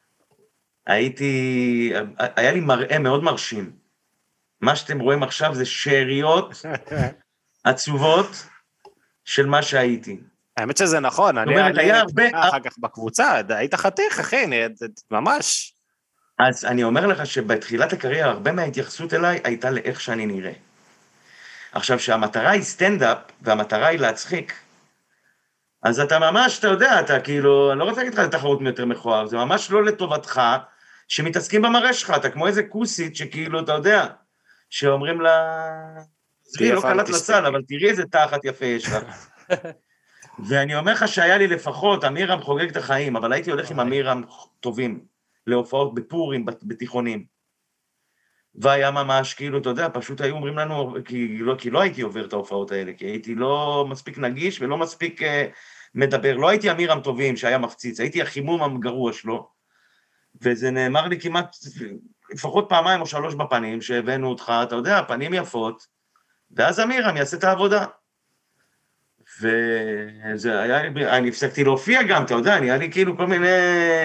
היה לי מראה מאוד מרשים. מה שאתם רואים עכשיו זה שאריות עצובות של מה שהייתי. האמת שזה נכון, אני היה הרבה... אחר כך בקבוצה, היית חתיך, אחי, ממש. אז אני אומר לך שבתחילת הקריירה, הרבה מההתייחסות אליי הייתה לאיך שאני נראה. עכשיו, שהמטרה היא סטנדאפ, והמטרה היא להצחיק, אז אתה ממש, אתה יודע, אתה כאילו, אני לא רוצה להגיד לך לתחרות מיותר מכוער, זה ממש לא לטובתך, שמתעסקים במראה שלך, אתה כמו איזה כוסית שכאילו, אתה יודע, שאומרים לה, זרי, לא קלט לסל, אבל תראי איזה תחת יפה יש לך. ואני אומר לך שהיה לי לפחות, אמירם חוגג את החיים, אבל הייתי הולך עם אמירם טובים, להופעות בפורים, בתיכונים. והיה ממש, כאילו, אתה יודע, פשוט היו אומרים לנו, כי לא הייתי עובר את ההופעות האלה, כי הייתי לא מספיק נגיש ולא מספיק מדבר, לא הייתי אמירם טובים שהיה מפציץ, הייתי החימום הגרוע שלו, וזה נאמר לי כמעט, לפחות פעמיים או 3 בפנים, שהבאנו אותך, אתה יודע, פנים יפות, ואז אמירם יעשה את העבודה. וזה היה, אני הפסקתי להופיע גם, אתה יודע, היה לי כאילו כל מיני...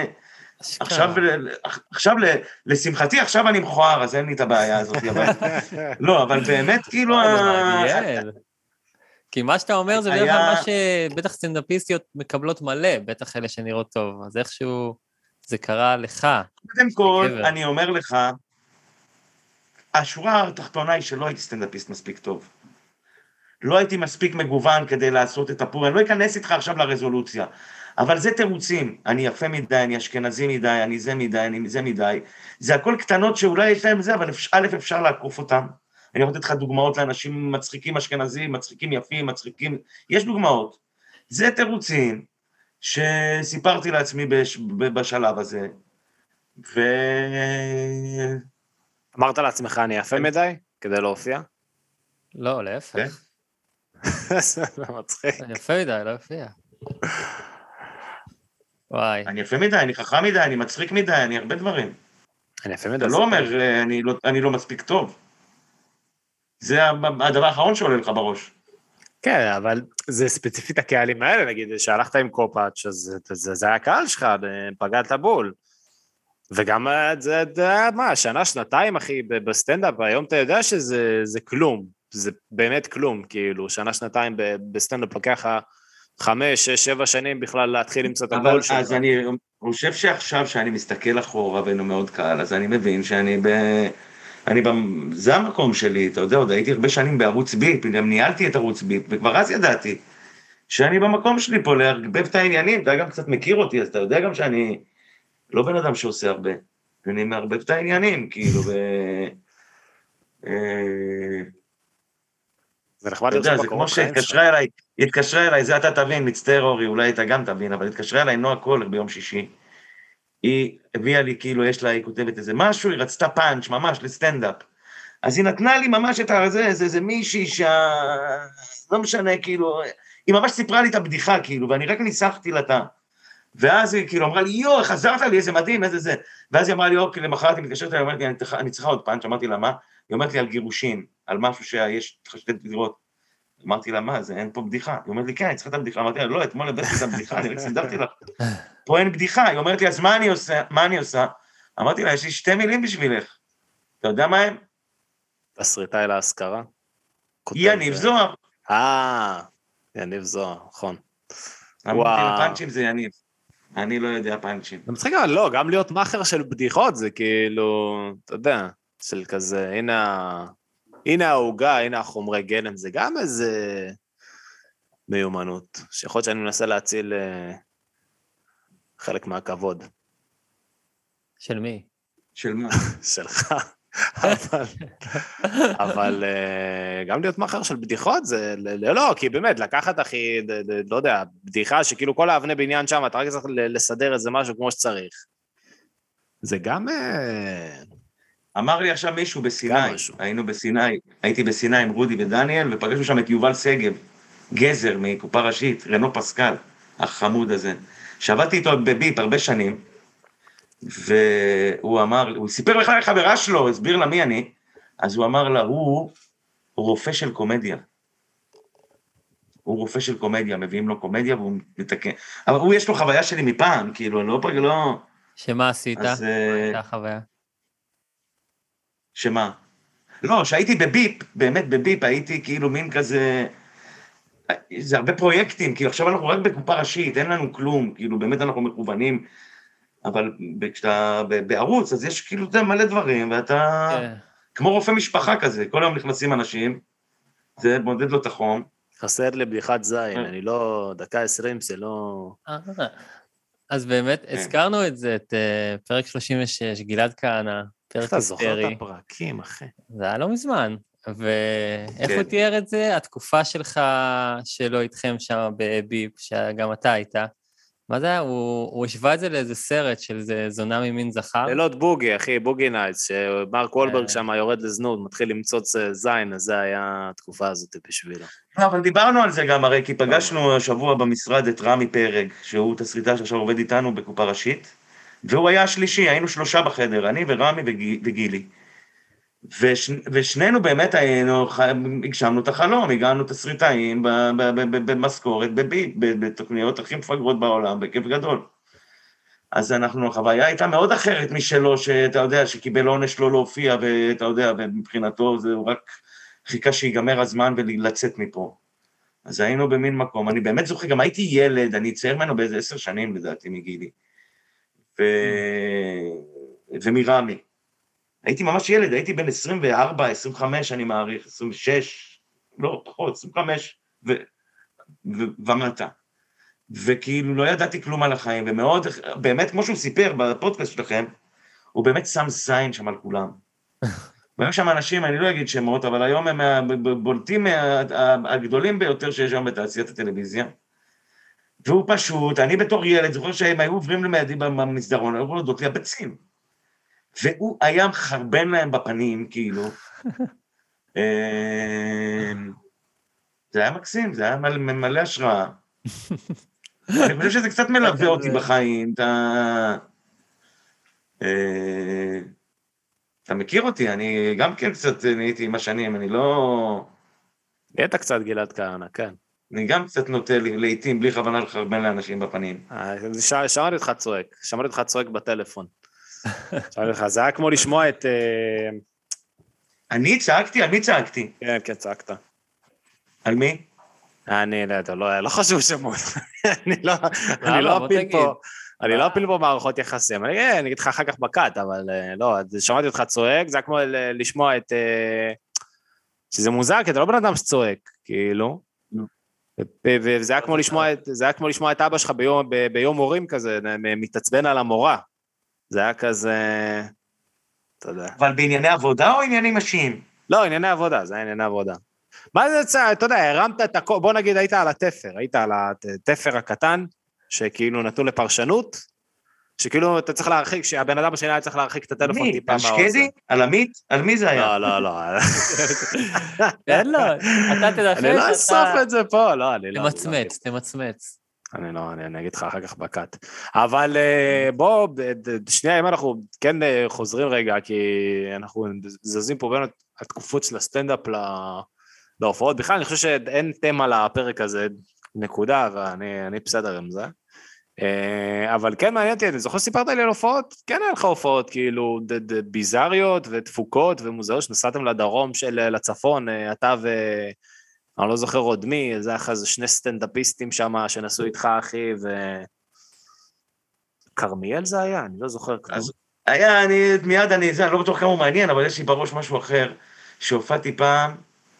עכשיו, לשמחתי, עכשיו אני מכוער, אז אין לי את הבעיה הזאת, אבל... לא, אבל באמת, כאילו... כי מה שאתה אומר זה בדרך כלל מה שבטח סטנדאפיסטיות מקבלות מלא, בטח אלה שנראות טוב, אז איכשהו זה קרה לך. קודם כל, אני אומר לך, השורה התחתונה היא שלא הייתי סטנדאפיסט מספיק טוב. לא הייתי מספיק מגוון כדי לעשות את הפור, אני לא אכנס איתך עכשיו לרזולוציה, אבל זה תירוצים, אני יפה מדי, אני אשכנזי מדי, אני זה מדי, אני זה מדי, זה הכל קטנות שאולי יש להם זה, אבל א' אפשר לעקוף אותם, אני יכול לתת לך דוגמאות לאנשים מצחיקים אשכנזים, מצחיקים יפים, מצחיקים, יש דוגמאות, זה תירוצים שסיפרתי לעצמי בשלב הזה, אמרת לעצמך, אני יפה מדי, כדי להופיע? לא, להפך. זה מצחיק. אני יפה מדי, לא יופיע. וואי. אני יפה מדי, אני חכם מדי, אני מצחיק מדי, אני הרבה דברים. אני יפה מדי. אתה לא אומר, אני לא מספיק טוב. זה הדבר האחרון שעולה לך בראש. כן, אבל זה ספציפית הקהלים האלה, נגיד, שהלכת עם קופאץ', אז זה היה הקהל שלך, פגעת בול. וגם זה מה, שנה, שנתיים, אחי, בסטנדאפ, היום אתה יודע שזה כלום, זה באמת כלום, כאילו, שנה, שנתיים בסטנדאפ לוקח 5, 6, 7 שנים בכלל להתחיל למצוא את הגול שלך. אז אני חושב שעכשיו שאני מסתכל אחורה ואינו מאוד קל, אז אני מבין שאני זה המקום שלי, אתה יודע, עוד הייתי הרבה שנים בערוץ ביפ, גם ניהלתי את ערוץ ביפ, וכבר אז ידעתי שאני במקום שלי פה להרבב את העניינים, אתה גם קצת מכיר אותי, אז אתה יודע גם שאני לא בן אדם שעושה הרבה, אני מערבב את העניינים, כאילו, זה נחמד אתה יודע, זה כמו שהתקשרה אליי, זה אתה תבין, מצטער אורי, אולי אתה גם תבין, אבל התקשרה אליי נועה קולר ביום שישי, היא הביאה לי, כאילו, יש לה, היא כותבת איזה משהו, היא רצתה פאנץ' ממש לסטנדאפ, אז היא נתנה לי ממש את זה מישהי לא משנה, כאילו, היא ממש סיפרה לי את הבדיחה, כאילו, ואני רק ניסחתי לה ואז היא כאילו אמרה לי, יו, חזרת לי, איזה מדהים, איזה זה. ואז היא אמרה לי, אוקיי, למחרת היא מתקשרת, היא אומרת לי, אני צריכה עוד פאנץ', אמרתי לה, מה? היא אומרת לי על גירושין, על משהו שיש שתי בדירות. אמרתי לה, מה, זה אין פה בדיחה. היא אומרת לי, כן, אני צריכה את הבדיחה. אמרתי לה, לא, אתמול הבאתי את הבדיחה, אני רק סידרתי לך. פה אין בדיחה. היא אומרת לי, אז מה אני עושה? אמרתי לה, יש לי 2 מילים בשבילך. אתה יודע מה הם? תסריטאי להשכרה. יניב זוהר. יניב זוהר, נכון. אמרתי לה, פאנצ'ים זה יניב. אני לא יודע פאנצ'ים. זה מצחיק, אבל לא, גם להיות מאחר של בדיחות, זה כאילו, אתה יודע, של כזה, הנה ההוגה, הנה החומרי גלם, זה גם איזה מיומנות, שיכול להיות שאני מנסה להציל חלק מהכבוד. של מי? של מה? שלך. אבל גם להיות מאחר של בדיחות, זה לא, כי באמת, לקחת הכי, לא יודע, בדיחה שכאילו כל האבני בניין שם, אתה רק צריך לסדר איזה משהו כמו שצריך. זה גם... אמר לי עכשיו מישהו בסיני, היינו בסיני, הייתי בסיני עם רודי ודניאל, ופגשנו שם את יובל סגב, גזר מקופה ראשית, רנו פסקל, החמוד הזה. שעבדתי איתו בביפ הרבה שנים, והוא אמר, הוא סיפר לך לחברה שלו, הסביר לה מי אני, אז הוא אמר לה, הוא רופא של קומדיה. הוא רופא של קומדיה, מביאים לו קומדיה והוא מתקן. אבל הוא יש לו חוויה שלי מפעם, כאילו, אני לא... שמה עשית? אז... הייתה חוויה. שמה? לא, שהייתי בביפ, באמת בביפ, הייתי כאילו מין כזה... זה הרבה פרויקטים, כאילו עכשיו אנחנו רק בקופה ראשית, אין לנו כלום, כאילו באמת אנחנו מכוונים, אבל כשאתה בערוץ, אז יש כאילו מלא דברים, ואתה כמו רופא משפחה כזה, כל היום נכנסים אנשים, זה מודד לו את החום. חסר לבדיחת זין, אני לא, 1:20 זה לא... אז באמת, הזכרנו את זה, את פרק 36, גלעד כהנא, פרק היסטרי. אתה זוכר את הפרקים, אחי. זה היה לא מזמן, ואיך הוא תיאר את זה? התקופה שלך שלא איתכם שם בביפ, שגם אתה הייתה. מה זה היה? הוא השווה את זה לאיזה סרט של זה זונה ממין זכר? לילות בוגי, אחי, בוגי נייטס, שמרק וולברג שם יורד לזנות, מתחיל למצוץ זין, אז זה היה התקופה הזאת בשבילו. אבל דיברנו על זה גם, הרי כי פגשנו השבוע במשרד את רמי פרג, שהוא תסריטאי שעכשיו עובד איתנו בקופה ראשית, והוא היה השלישי, היינו 3 בחדר, אני ורמי וגילי. ושנינו באמת הגשמנו את החלום, הגענו תסריטאים במשכורת, בתוכניות הכי מפגרות בעולם, בכיף גדול. אז החוויה הייתה מאוד אחרת משלו, שאתה יודע, שקיבל עונש לא להופיע, ואתה יודע, ומבחינתו זה רק חיכה שיגמר הזמן ולצאת מפה. אז היינו במין מקום, אני באמת זוכר, גם הייתי ילד, אני אצייר ממנו באיזה 10 שנים לדעתי מגילי, ומרמי. הייתי ממש ילד, הייתי בן 24, 25, אני מעריך, 26, לא, פחות, 25, ומטה. וכאילו לא ידעתי כלום על החיים, ומאוד, באמת, כמו שהוא סיפר בפודקאסט שלכם, הוא באמת שם זין שם על כולם. והיום שם אנשים, אני לא אגיד שמות, אבל היום הם בולטים הגדולים ביותר שיש שם בתעשיית הטלוויזיה, והוא פשוט, אני בתור ילד, זוכר שהם היו עוברים למיידי במסדרון, היו נודות לי הביצים. והוא היה מחרבן להם בפנים, כאילו. זה היה מקסים, זה היה מלא השראה. אני חושב שזה קצת מלווה אותי בחיים, אתה מכיר אותי, אני גם כן קצת נהייתי עם השנים, אני לא... נהיית קצת גלעד כהנא, כן. אני גם קצת נוטה לעתים בלי כוונה לחרבן לאנשים בפנים. שמעתי אותך צועק בטלפון. זה היה כמו לשמוע את... אני צעקתי? על מי צעקתי? כן, צעקת. על מי? אני לא חשוב שמות. אני לא אפיל פה מערכות יחסים. אני אגיד לך אחר כך בקאט, אבל לא, שמעתי אותך צועק, זה היה כמו לשמוע את... שזה מוזר, כי אתה לא בן אדם שצועק, כאילו. וזה היה כמו לשמוע את אבא שלך ביום הורים כזה, מתעצבן על המורה. זה היה כזה, אתה יודע. אבל בענייני עבודה או עניינים אישיים? לא, ענייני עבודה, זה היה ענייני עבודה. מה זה, אתה יודע, הרמת את הכל, בוא נגיד, היית על התפר הקטן, שכאילו נתנו לפרשנות, שכאילו אתה צריך להרחיק, שהבן אדם השני היה צריך להרחיק את הטלפון טיפה מהאוזן. מהאוזן. על שקדי? על עמית? על מי זה היה? לא. אין לו, אתה תדפש, אני לא אסוף את זה פה, לא, אני לא. תמצמץ. אני אגיד לך אחר כך בקאט. אבל בוא, שנייה, אם אנחנו כן חוזרים רגע, כי אנחנו זזים פה בין התקופות של הסטנדאפ להופעות. בכלל, אני חושב שאין תמה לפרק הזה, נקודה, ואני בסדר עם זה. אבל כן מעניין אותי, אני זוכר סיפרת לי על הופעות, כן היה לך הופעות כאילו ביזריות ודפוקות ומוזרות, שנסעתם לדרום לצפון, אתה אני לא זוכר עוד מי, זה היה איזה שני סטנדאפיסטים שם שנסעו איתך אחי, קרמיאל זה היה? אני לא זוכר כבר. אז היה, מיד אני לא בטוח כמה הוא מעניין, אבל יש לי בראש משהו אחר, שהופעתי פעם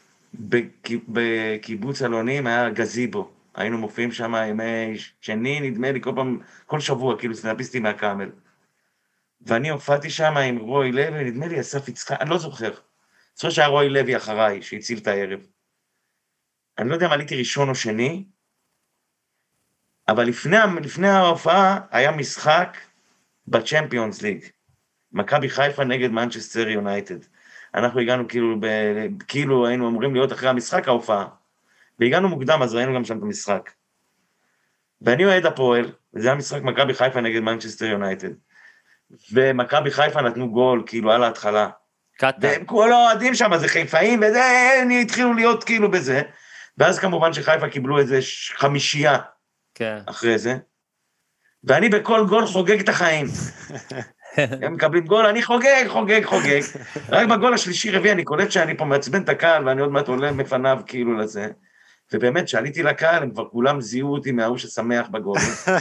בקיבוץ אלונים, היה גזיבו. היינו מופיעים שם ימי שני, נדמה לי כל שבוע, כאילו סטנדאפיסטים מהקאמל. ואני הופעתי שם עם רוי לוי, נדמה לי אסף יצחק, אני לא זוכר. זוכר שהיה רוי לוי אחריי, שהציל את הערב. אני לא יודע אם עליתי ראשון או שני, אבל לפני ההופעה היה משחק בצ'מפיונס ליג. מכבי חיפה נגד מנצ'סטר יונייטד. אנחנו הגענו כאילו היינו אמורים להיות אחרי המשחק ההופעה. והגענו מוקדם, אז ראינו גם שם את המשחק. ואני אוהד הפועל, וזה היה משחק מכבי חיפה נגד מנצ'סטר יונייטד. ומכבי חיפה נתנו גול, כאילו, על ההתחלה. והם כל האוהדים שם, זה חיפאים, וזה, הם התחילו להיות כאילו בזה. ואז כמובן שחיפה קיבלו איזה 5 אחרי זה. ואני בכל גול חוגג את החיים. הם מקבלים גול, אני חוגג. רק בגול השלישי רביעי, אני קולט שאני פה מעצבן את הקהל, ואני עוד מעט עולה מפניו כאילו לזה. ובאמת, שעליתי לקהל, הם כבר כולם זיהו אותי מההוא ששמח בגול.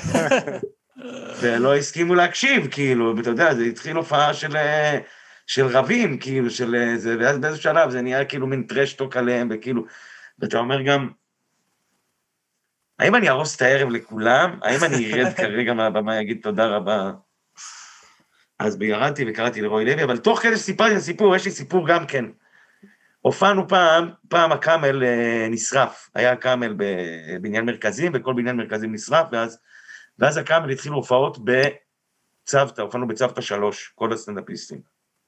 ולא הסכימו להקשיב, כאילו, ואתה יודע, זה התחיל הופעה של רבים, כאילו, ואז באיזשהו שלב זה נהיה כאילו מין טרשטוק עליהם, וכאילו, ואתה אומר גם, האם אני ארוס את הערב לכולם? האם אני ארד כרגע מהבמה, יגיד תודה רבה? אז בירדתי וקראתי לרוי לוי, אבל תוך כדי שסיפרתי את הסיפור, יש לי סיפור גם כן. הופענו פעם הקאמל נשרף, היה הקאמל בבניין מרכזים, וכל בניין מרכזים נשרף, ואז הקאמל התחילו הופעות בצוותא, הופענו בצוותא 3, כל הסטנדאפיסטים.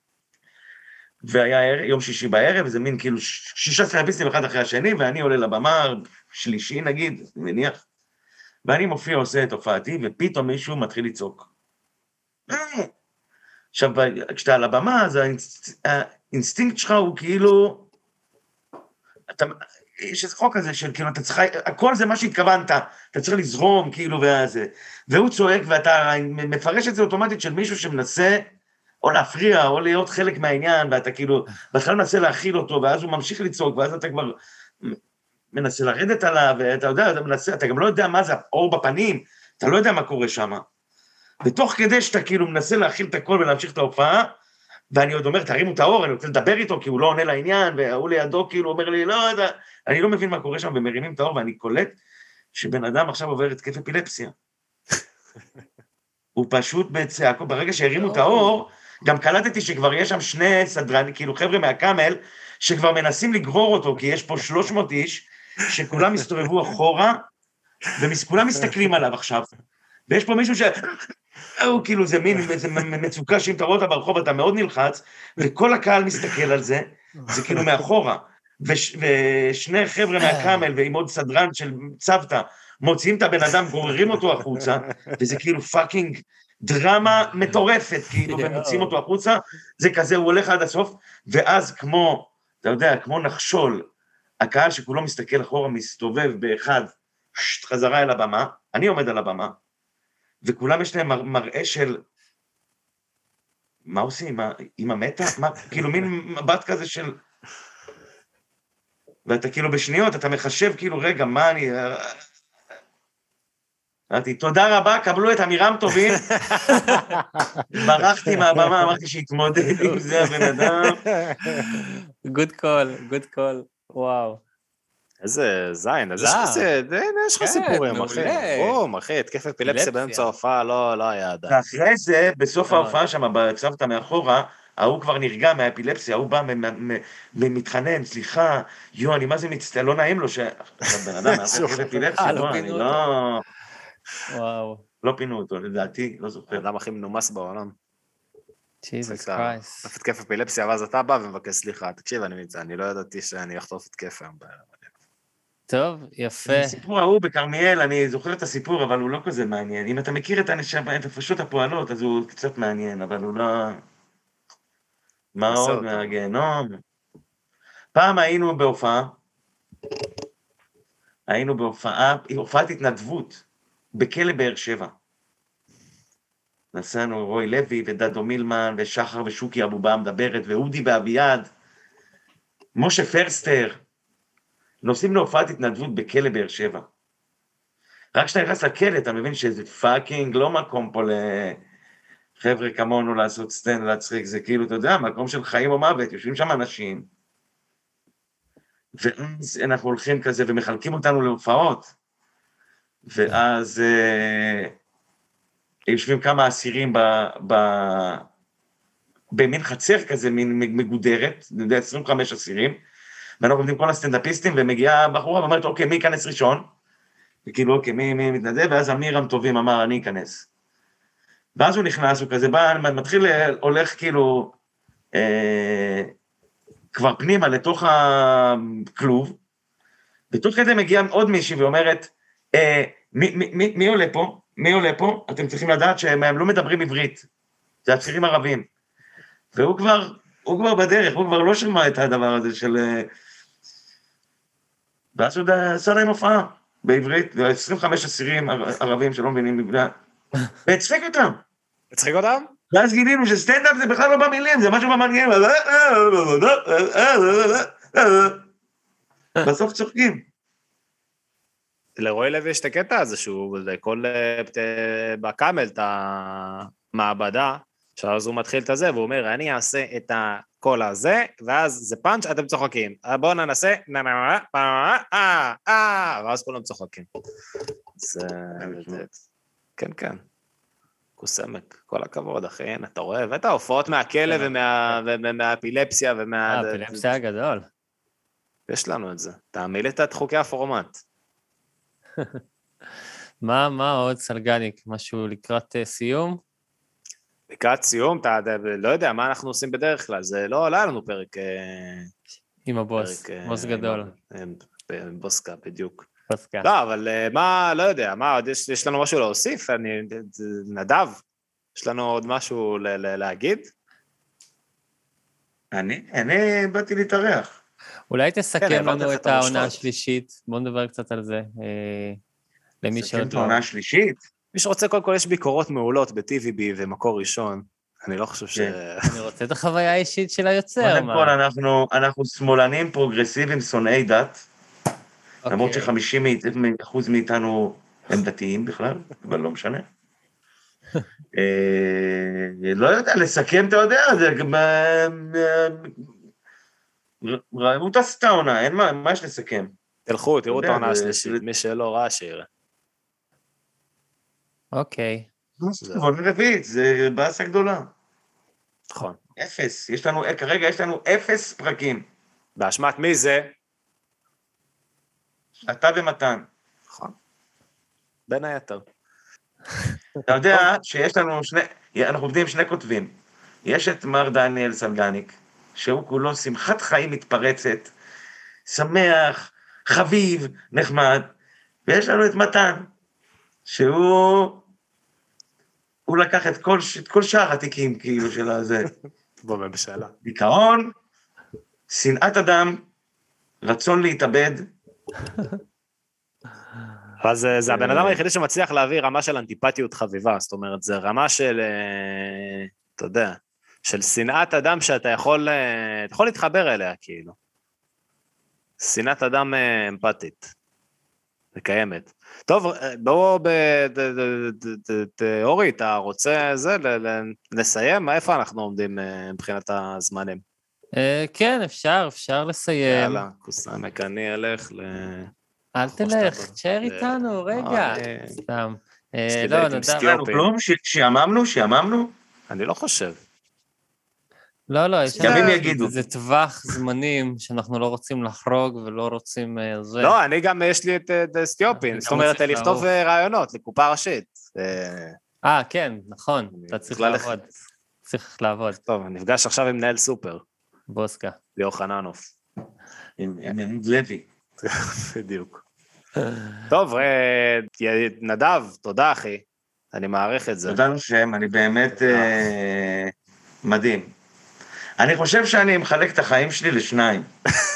והיה יום שישי בערב, וזה מין כאילו 6 סטנדאפיסטים אחד אחרי השני, ואני עולה לבמה, שלישי נגיד, אני מניח, ואני מופיע עושה את הופעתי, ופתאום מישהו מתחיל לצעוק. עכשיו, כשאתה על הבמה, אז האינסטינקט שלך הוא כאילו, יש איזה חוק כזה של כאילו, אתה צריך, הכל זה מה שהתכוונת, אתה צריך לזרום כאילו וזה, והוא צועק ואתה מפרש את זה אוטומטית של מישהו שמנסה, או להפריע, או להיות חלק מהעניין, ואתה כאילו, בהתחלה מנסה להכיל אותו, ואז הוא ממשיך לצעוק, ואז אתה כבר מנסה לרדת עליו, ואתה יודע, אתה גם לא יודע מה זה, אור בפנים, אתה לא יודע מה קורה שם. ותוך כדי שאתה כאילו מנסה להכיל את הכל ולהמשיך את ההופעה, ואני עוד אומר, תרימו את האור, אני רוצה לדבר איתו, כי הוא לא עונה לעניין, והוא לידו כאילו אומר לי, לא, אני לא מבין מה קורה שם, ומרימים את האור, ואני קולט שבן אדם עכשיו עובר התקף אפילפסיה. הוא פשוט בצעקות, ברגע שהרימו את האור, גם קלטתי שכבר יש שם 2 סדרנים, כאילו חבר'ה מהקאמל, שכבר מנסים לגרור אותו, כי יש פה 300 איש, שכולם מסתובבו אחורה, וכולם מסתכלים עליו עכשיו. ויש פה מישהו הוא כאילו, זה מין מצוקה שאם אתה רואה אותה ברחוב, אתה מאוד נלחץ, וכל הקהל מסתכל על זה, זה כאילו מאחורה. ושני חבר'ה מהקאמל, ועם עוד סדרן של צוותא, מוציאים את הבן אדם, גוררים אותו החוצה, וזה כאילו פאקינג דרמה מטורפת, כאילו, ומוציאים אותו החוצה, זה כזה, הוא הולך עד הסוף, ואז כמו, אתה יודע, כמו נחשול, הקהל שכולו מסתכל אחורה, מסתובב באחד, חזרה אל הבמה, אני עומד על הבמה, וכולם יש להם מראה של, מה עושים? אמא מתה? כאילו מין מבט כזה של, ואתה כאילו בשניות, אתה מחשב כאילו, רגע, מה אני, אמרתי, תודה רבה, קבלו את אמירם טובים, ברחתי מהבמה, אמרתי שהתמודד עם זה הבן אדם. גוד קול, וואו. איזה זין, אז יש לך סיפורים, אחי. בום, אחי, התקף אפילפסיה באמצע ההופעה, לא היה עדיין. ואחרי זה, בסוף ההופעה שם, בצוותא מאחורה, ההוא כבר נרגע מהאפילפסיה, ההוא בא ומתחנן, סליחה, אני מה זה מצטער, לא נעים לו, בן אדם, התקף אפילפסיה, אני לא... וואו. לא פינו אותו, לדעתי, לא זוכר. האדם הכי מנומס בעולם. ג'יזוס קרייסט. התקף אפילפסיה, ואז אתה בא ומבקש סליחה. תקשיב, אני לא ידעתי שאני אחטוף התקף היום. טוב, יפה. הסיפור ההוא בכרמיאל, אני זוכר את הסיפור, אבל הוא לא כזה מעניין. אם אתה מכיר את הנפשות הפועלות, אז הוא קצת מעניין, אבל הוא לא... מה עוד מהגיהנום? פעם היינו בהופעת התנדבות, בכלא באר שבע. נסענו רוי לוי ודדו מילמן ושחר ושוקי אבובה מדברת ואודי ואביעד, משה פרסטר, נוסעים להופעת התנדבות בכלא באר שבע. רק כשאתה נכנס לכלא, אתה מבין שזה פאקינג לא מקום פה לחבר'ה כמונו לעשות סטנד, להצחיק, זה כאילו, אתה יודע, מקום של חיים או מוות, יושבים שם אנשים, ואז אנחנו הולכים כזה ומחלקים אותנו להופעות, ואז יושבים כמה אסירים במין חצר כזה, מין מגודרת, 25 אסירים, ואנחנו עובדים כל הסטנדאפיסטים, ומגיעה בחורה ואומרת, אוקיי, מי ייכנס ראשון? וכאילו, אוקיי, מי מתנדב? ואז אמיר המטובים אמר, אני אכנס. ואז הוא נכנס, הוא כזה בא, מתחיל, הולך כאילו, כבר פנימה לתוך הכלוב, ותוך כדי מגיע עוד מישהי ואומרת, מי עולה פה? מי עולה פה? אתם צריכים לדעת שהם לא מדברים עברית, זה אסירים ערבים. והוא כבר בדרך, הוא כבר לא שמע את הדבר הזה של... ואז הוא עשה להם הופעה בעברית, 25 אסירים ערבים שלא מבינים עברית, והצחיק אותם. הצחיק אותם? ואז גילינו שסטנדאפ זה בכלל לא במילים, זה משהו במנגן, בסוף צוחקים. לרועי לוי יש את הקטע הזה, שהוא כל בקאמל, את המעבדה, שאז הוא מתחיל את זה, והוא אומר, אני אעשה את הקול הזה, ואז זה פאנץ', אתם צוחקים. בואו ננסה, ואז כולם צוחקים. כן, כן. קוסמק, כל הכבוד, אחי, אתה רואה, ואת ההופעות מהכלא ומהאפילפסיה האפילפסיה הגדול. יש לנו את זה. תעמיל את חוקי הפורמט. מה עוד, סלגניק? משהו לקראת סיום? לקראת סיום, אתה לא יודע מה אנחנו עושים בדרך כלל, זה לא עולה לנו פרק... עם הבוס, בוס גדול. בוסקה, בדיוק. בוסקה. לא, אבל מה, לא יודע, מה, יש לנו משהו להוסיף? נדב, יש לנו עוד משהו להגיד? אני באתי להתארח. אולי תסכם לנו את העונה השלישית, בואו נדבר קצת על זה, למי שעוד לא... תסכם את העונה השלישית? מי שרוצה, קודם כל יש ביקורות מעולות ב-TVB ומקור ראשון, אני לא חושב ש... אני רוצה את החוויה האישית של היוצר. קודם כל, אנחנו שמאלנים פרוגרסיביים, שונאי דת, למרות ש50% מאיתנו הם דתיים בכלל, אבל לא משנה. לא יודע, לסכם, אתה יודע, זה... ראו את העונה, אין מה יש לסכם. תלכו, תראו את העונה השלישית, מי שלא ראה שיראה. אוקיי. עונה רביעית, זה בעיה גדולה. נכון. 0, כרגע יש לנו 0 פרקים. באשמת מי זה? אתה ומתן. נכון. בין היתר. אתה יודע שיש לנו אנחנו עובדים 2 כותבים. יש את מר דניאל סלגניק, שהוא כולו שמחת חיים מתפרצת, שמח, חביב, נחמד, ויש לנו את מתן, שהוא לקח את כל שאר התיקים כאילו של הזה. בממשלה. דיכאון, שנאת אדם, רצון להתאבד. אז זה הבן אדם היחידי שמצליח להביא רמה של אנטיפטיות חביבה, זאת אומרת, זה רמה של, אתה יודע, של שנאת אדם שאתה יכול להתחבר אליה, כאילו. שנאת אדם אמפתית, וקיימת. טוב, בואו, אורי, אתה רוצה לסיים? איפה אנחנו עומדים מבחינת הזמנים? כן, אפשר לסיים. יאללה, קוסמק, אני אלך אל תלך, תשאר איתנו, רגע. סתם. לא, נדב. כלום, שיאממנו? אני לא חושב. לא, ימים יגידו. זה טווח זמנים שאנחנו לא רוצים לחרוג ולא רוצים... לא, אני גם, יש לי את סטיופין, זאת אומרת, לכתוב רעיונות לקופה ראשית. כן, נכון, אתה צריך לעבוד. צריך לעבוד. טוב, נפגש עכשיו עם מנהל סופר. בוסקה. ליאור חננוף. עם לוי. בדיוק. טוב, נדב, תודה אחי. אני מעריך את זה. תודה לכם, אני באמת מדהים. אני חושב שאני מחלק את החיים שלי לשניים.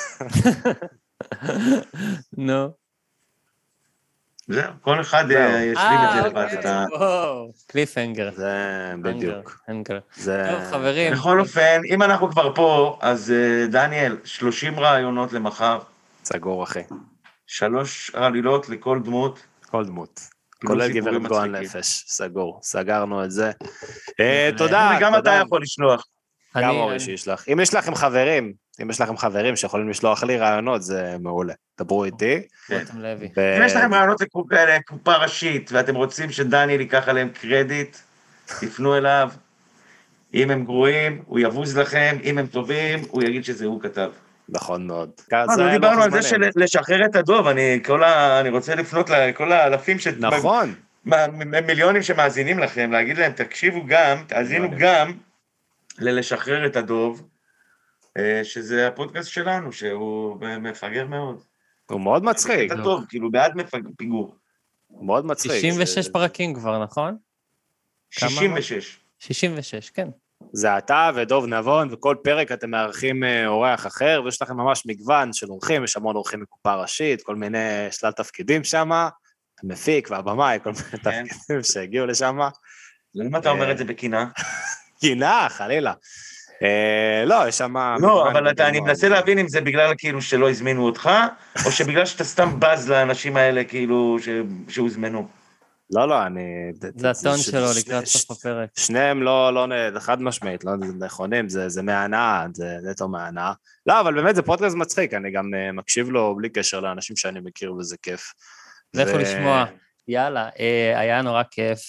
נו. זהו, כל אחד ישלים את זה לבד. קליפהנגר. זה בדיוק. טוב, חברים. בכל אופן, אם אנחנו כבר פה, אז דניאל, 30 רעיונות למחר. סגור אחי. 3 עלילות לכל דמות. כל דמות. כולל גברת גועל נפש. סגור. סגרנו את זה. תודה. וגם אתה יכול לשלוח. גם אורי שישלח. אם יש לכם חברים שיכולים לשלוח לי רעיונות, זה מעולה. דברו איתי. אם יש לכם רעיונות לקופה ראשית, ואתם רוצים שדניאל ייקח עליהם קרדיט, תפנו אליו. אם הם גרועים, הוא יבוז לכם. אם הם טובים, הוא יגיד שזה הוא כתב. נכון מאוד. לא דיברנו על זה לשחרר את הדוב, אני רוצה לפנות לכל האלפים נכון. מיליונים שמאזינים לכם, להגיד להם, תקשיבו גם, תאזינו גם ללשחרר את הדוב, שזה הפודקאסט שלנו, שהוא מפגר מאוד. הוא מאוד מצחיק. את הדוב, כאילו בעד פיגור. מאוד מצחיק. 66 פרקים כבר, נכון? 66. 66, כן. זה אתה ודוב נבון, וכל פרק אתם מארחים אורח אחר, ויש לכם ממש מגוון של אורחים, יש המון אורחים מקופה ראשית, כל מיני שלל תפקידים שם, המפיק והבמאי, כל מיני תפקידים שהגיעו לשם. למה אתה אומר את זה בקינה? קינה, חלילה. לא, יש שם... לא, אבל אני מנסה להבין אם זה בגלל כאילו שלא הזמינו אותך, או שבגלל שאתה סתם בז לאנשים האלה כאילו שהוזמנו. לא, זה הטון שלו לקראת סוף הפרק. שניהם לא חד משמעית, לא נכונים, זה מהנאה, זה נטו מהנאה. לא, אבל באמת זה פודקאסט מצחיק, אני גם מקשיב לו בלי קשר לאנשים שאני מכיר, וזה כיף. לכו לשמוע, יאללה, היה נורא כיף,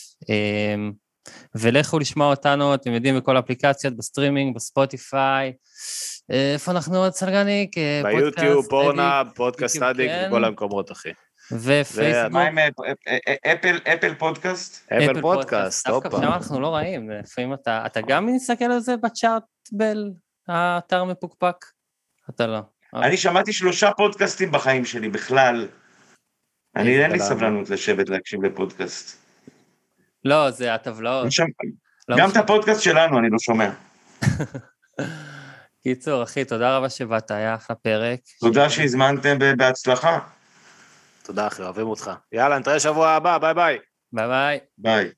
ולכו לשמוע אותנו, אתם יודעים, בכל אפליקציות, בסטרימינג, בספוטיפיי, איפה אנחנו עוד סלגניק? ביוטיוב, פורנאב, פודקאסט אדיק, וכל המקומות, אחי. ופייסבוק. מה עם אפל פודקאסט? אפל פודקאסט, דווקא שם אנחנו לא רעים, לפעמים אתה גם מסתכל על זה בצ'ארט האתר מפוקפק? אתה לא. אני שמעתי 3 פודקאסטים בחיים שלי בכלל. אין לי סבלנות לשבת להקשיב לפודקאסט. לא, זה הטבלאות. גם את הפודקאסט שלנו אני לא שומע. קיצור, אחי, תודה רבה שבאת, היה אחלה פרק. תודה שהזמנתם בהצלחה. תודה אחי, אוהבים אותך. יאללה, נתראה שבוע הבא, ביי ביי. ביי ביי. ביי.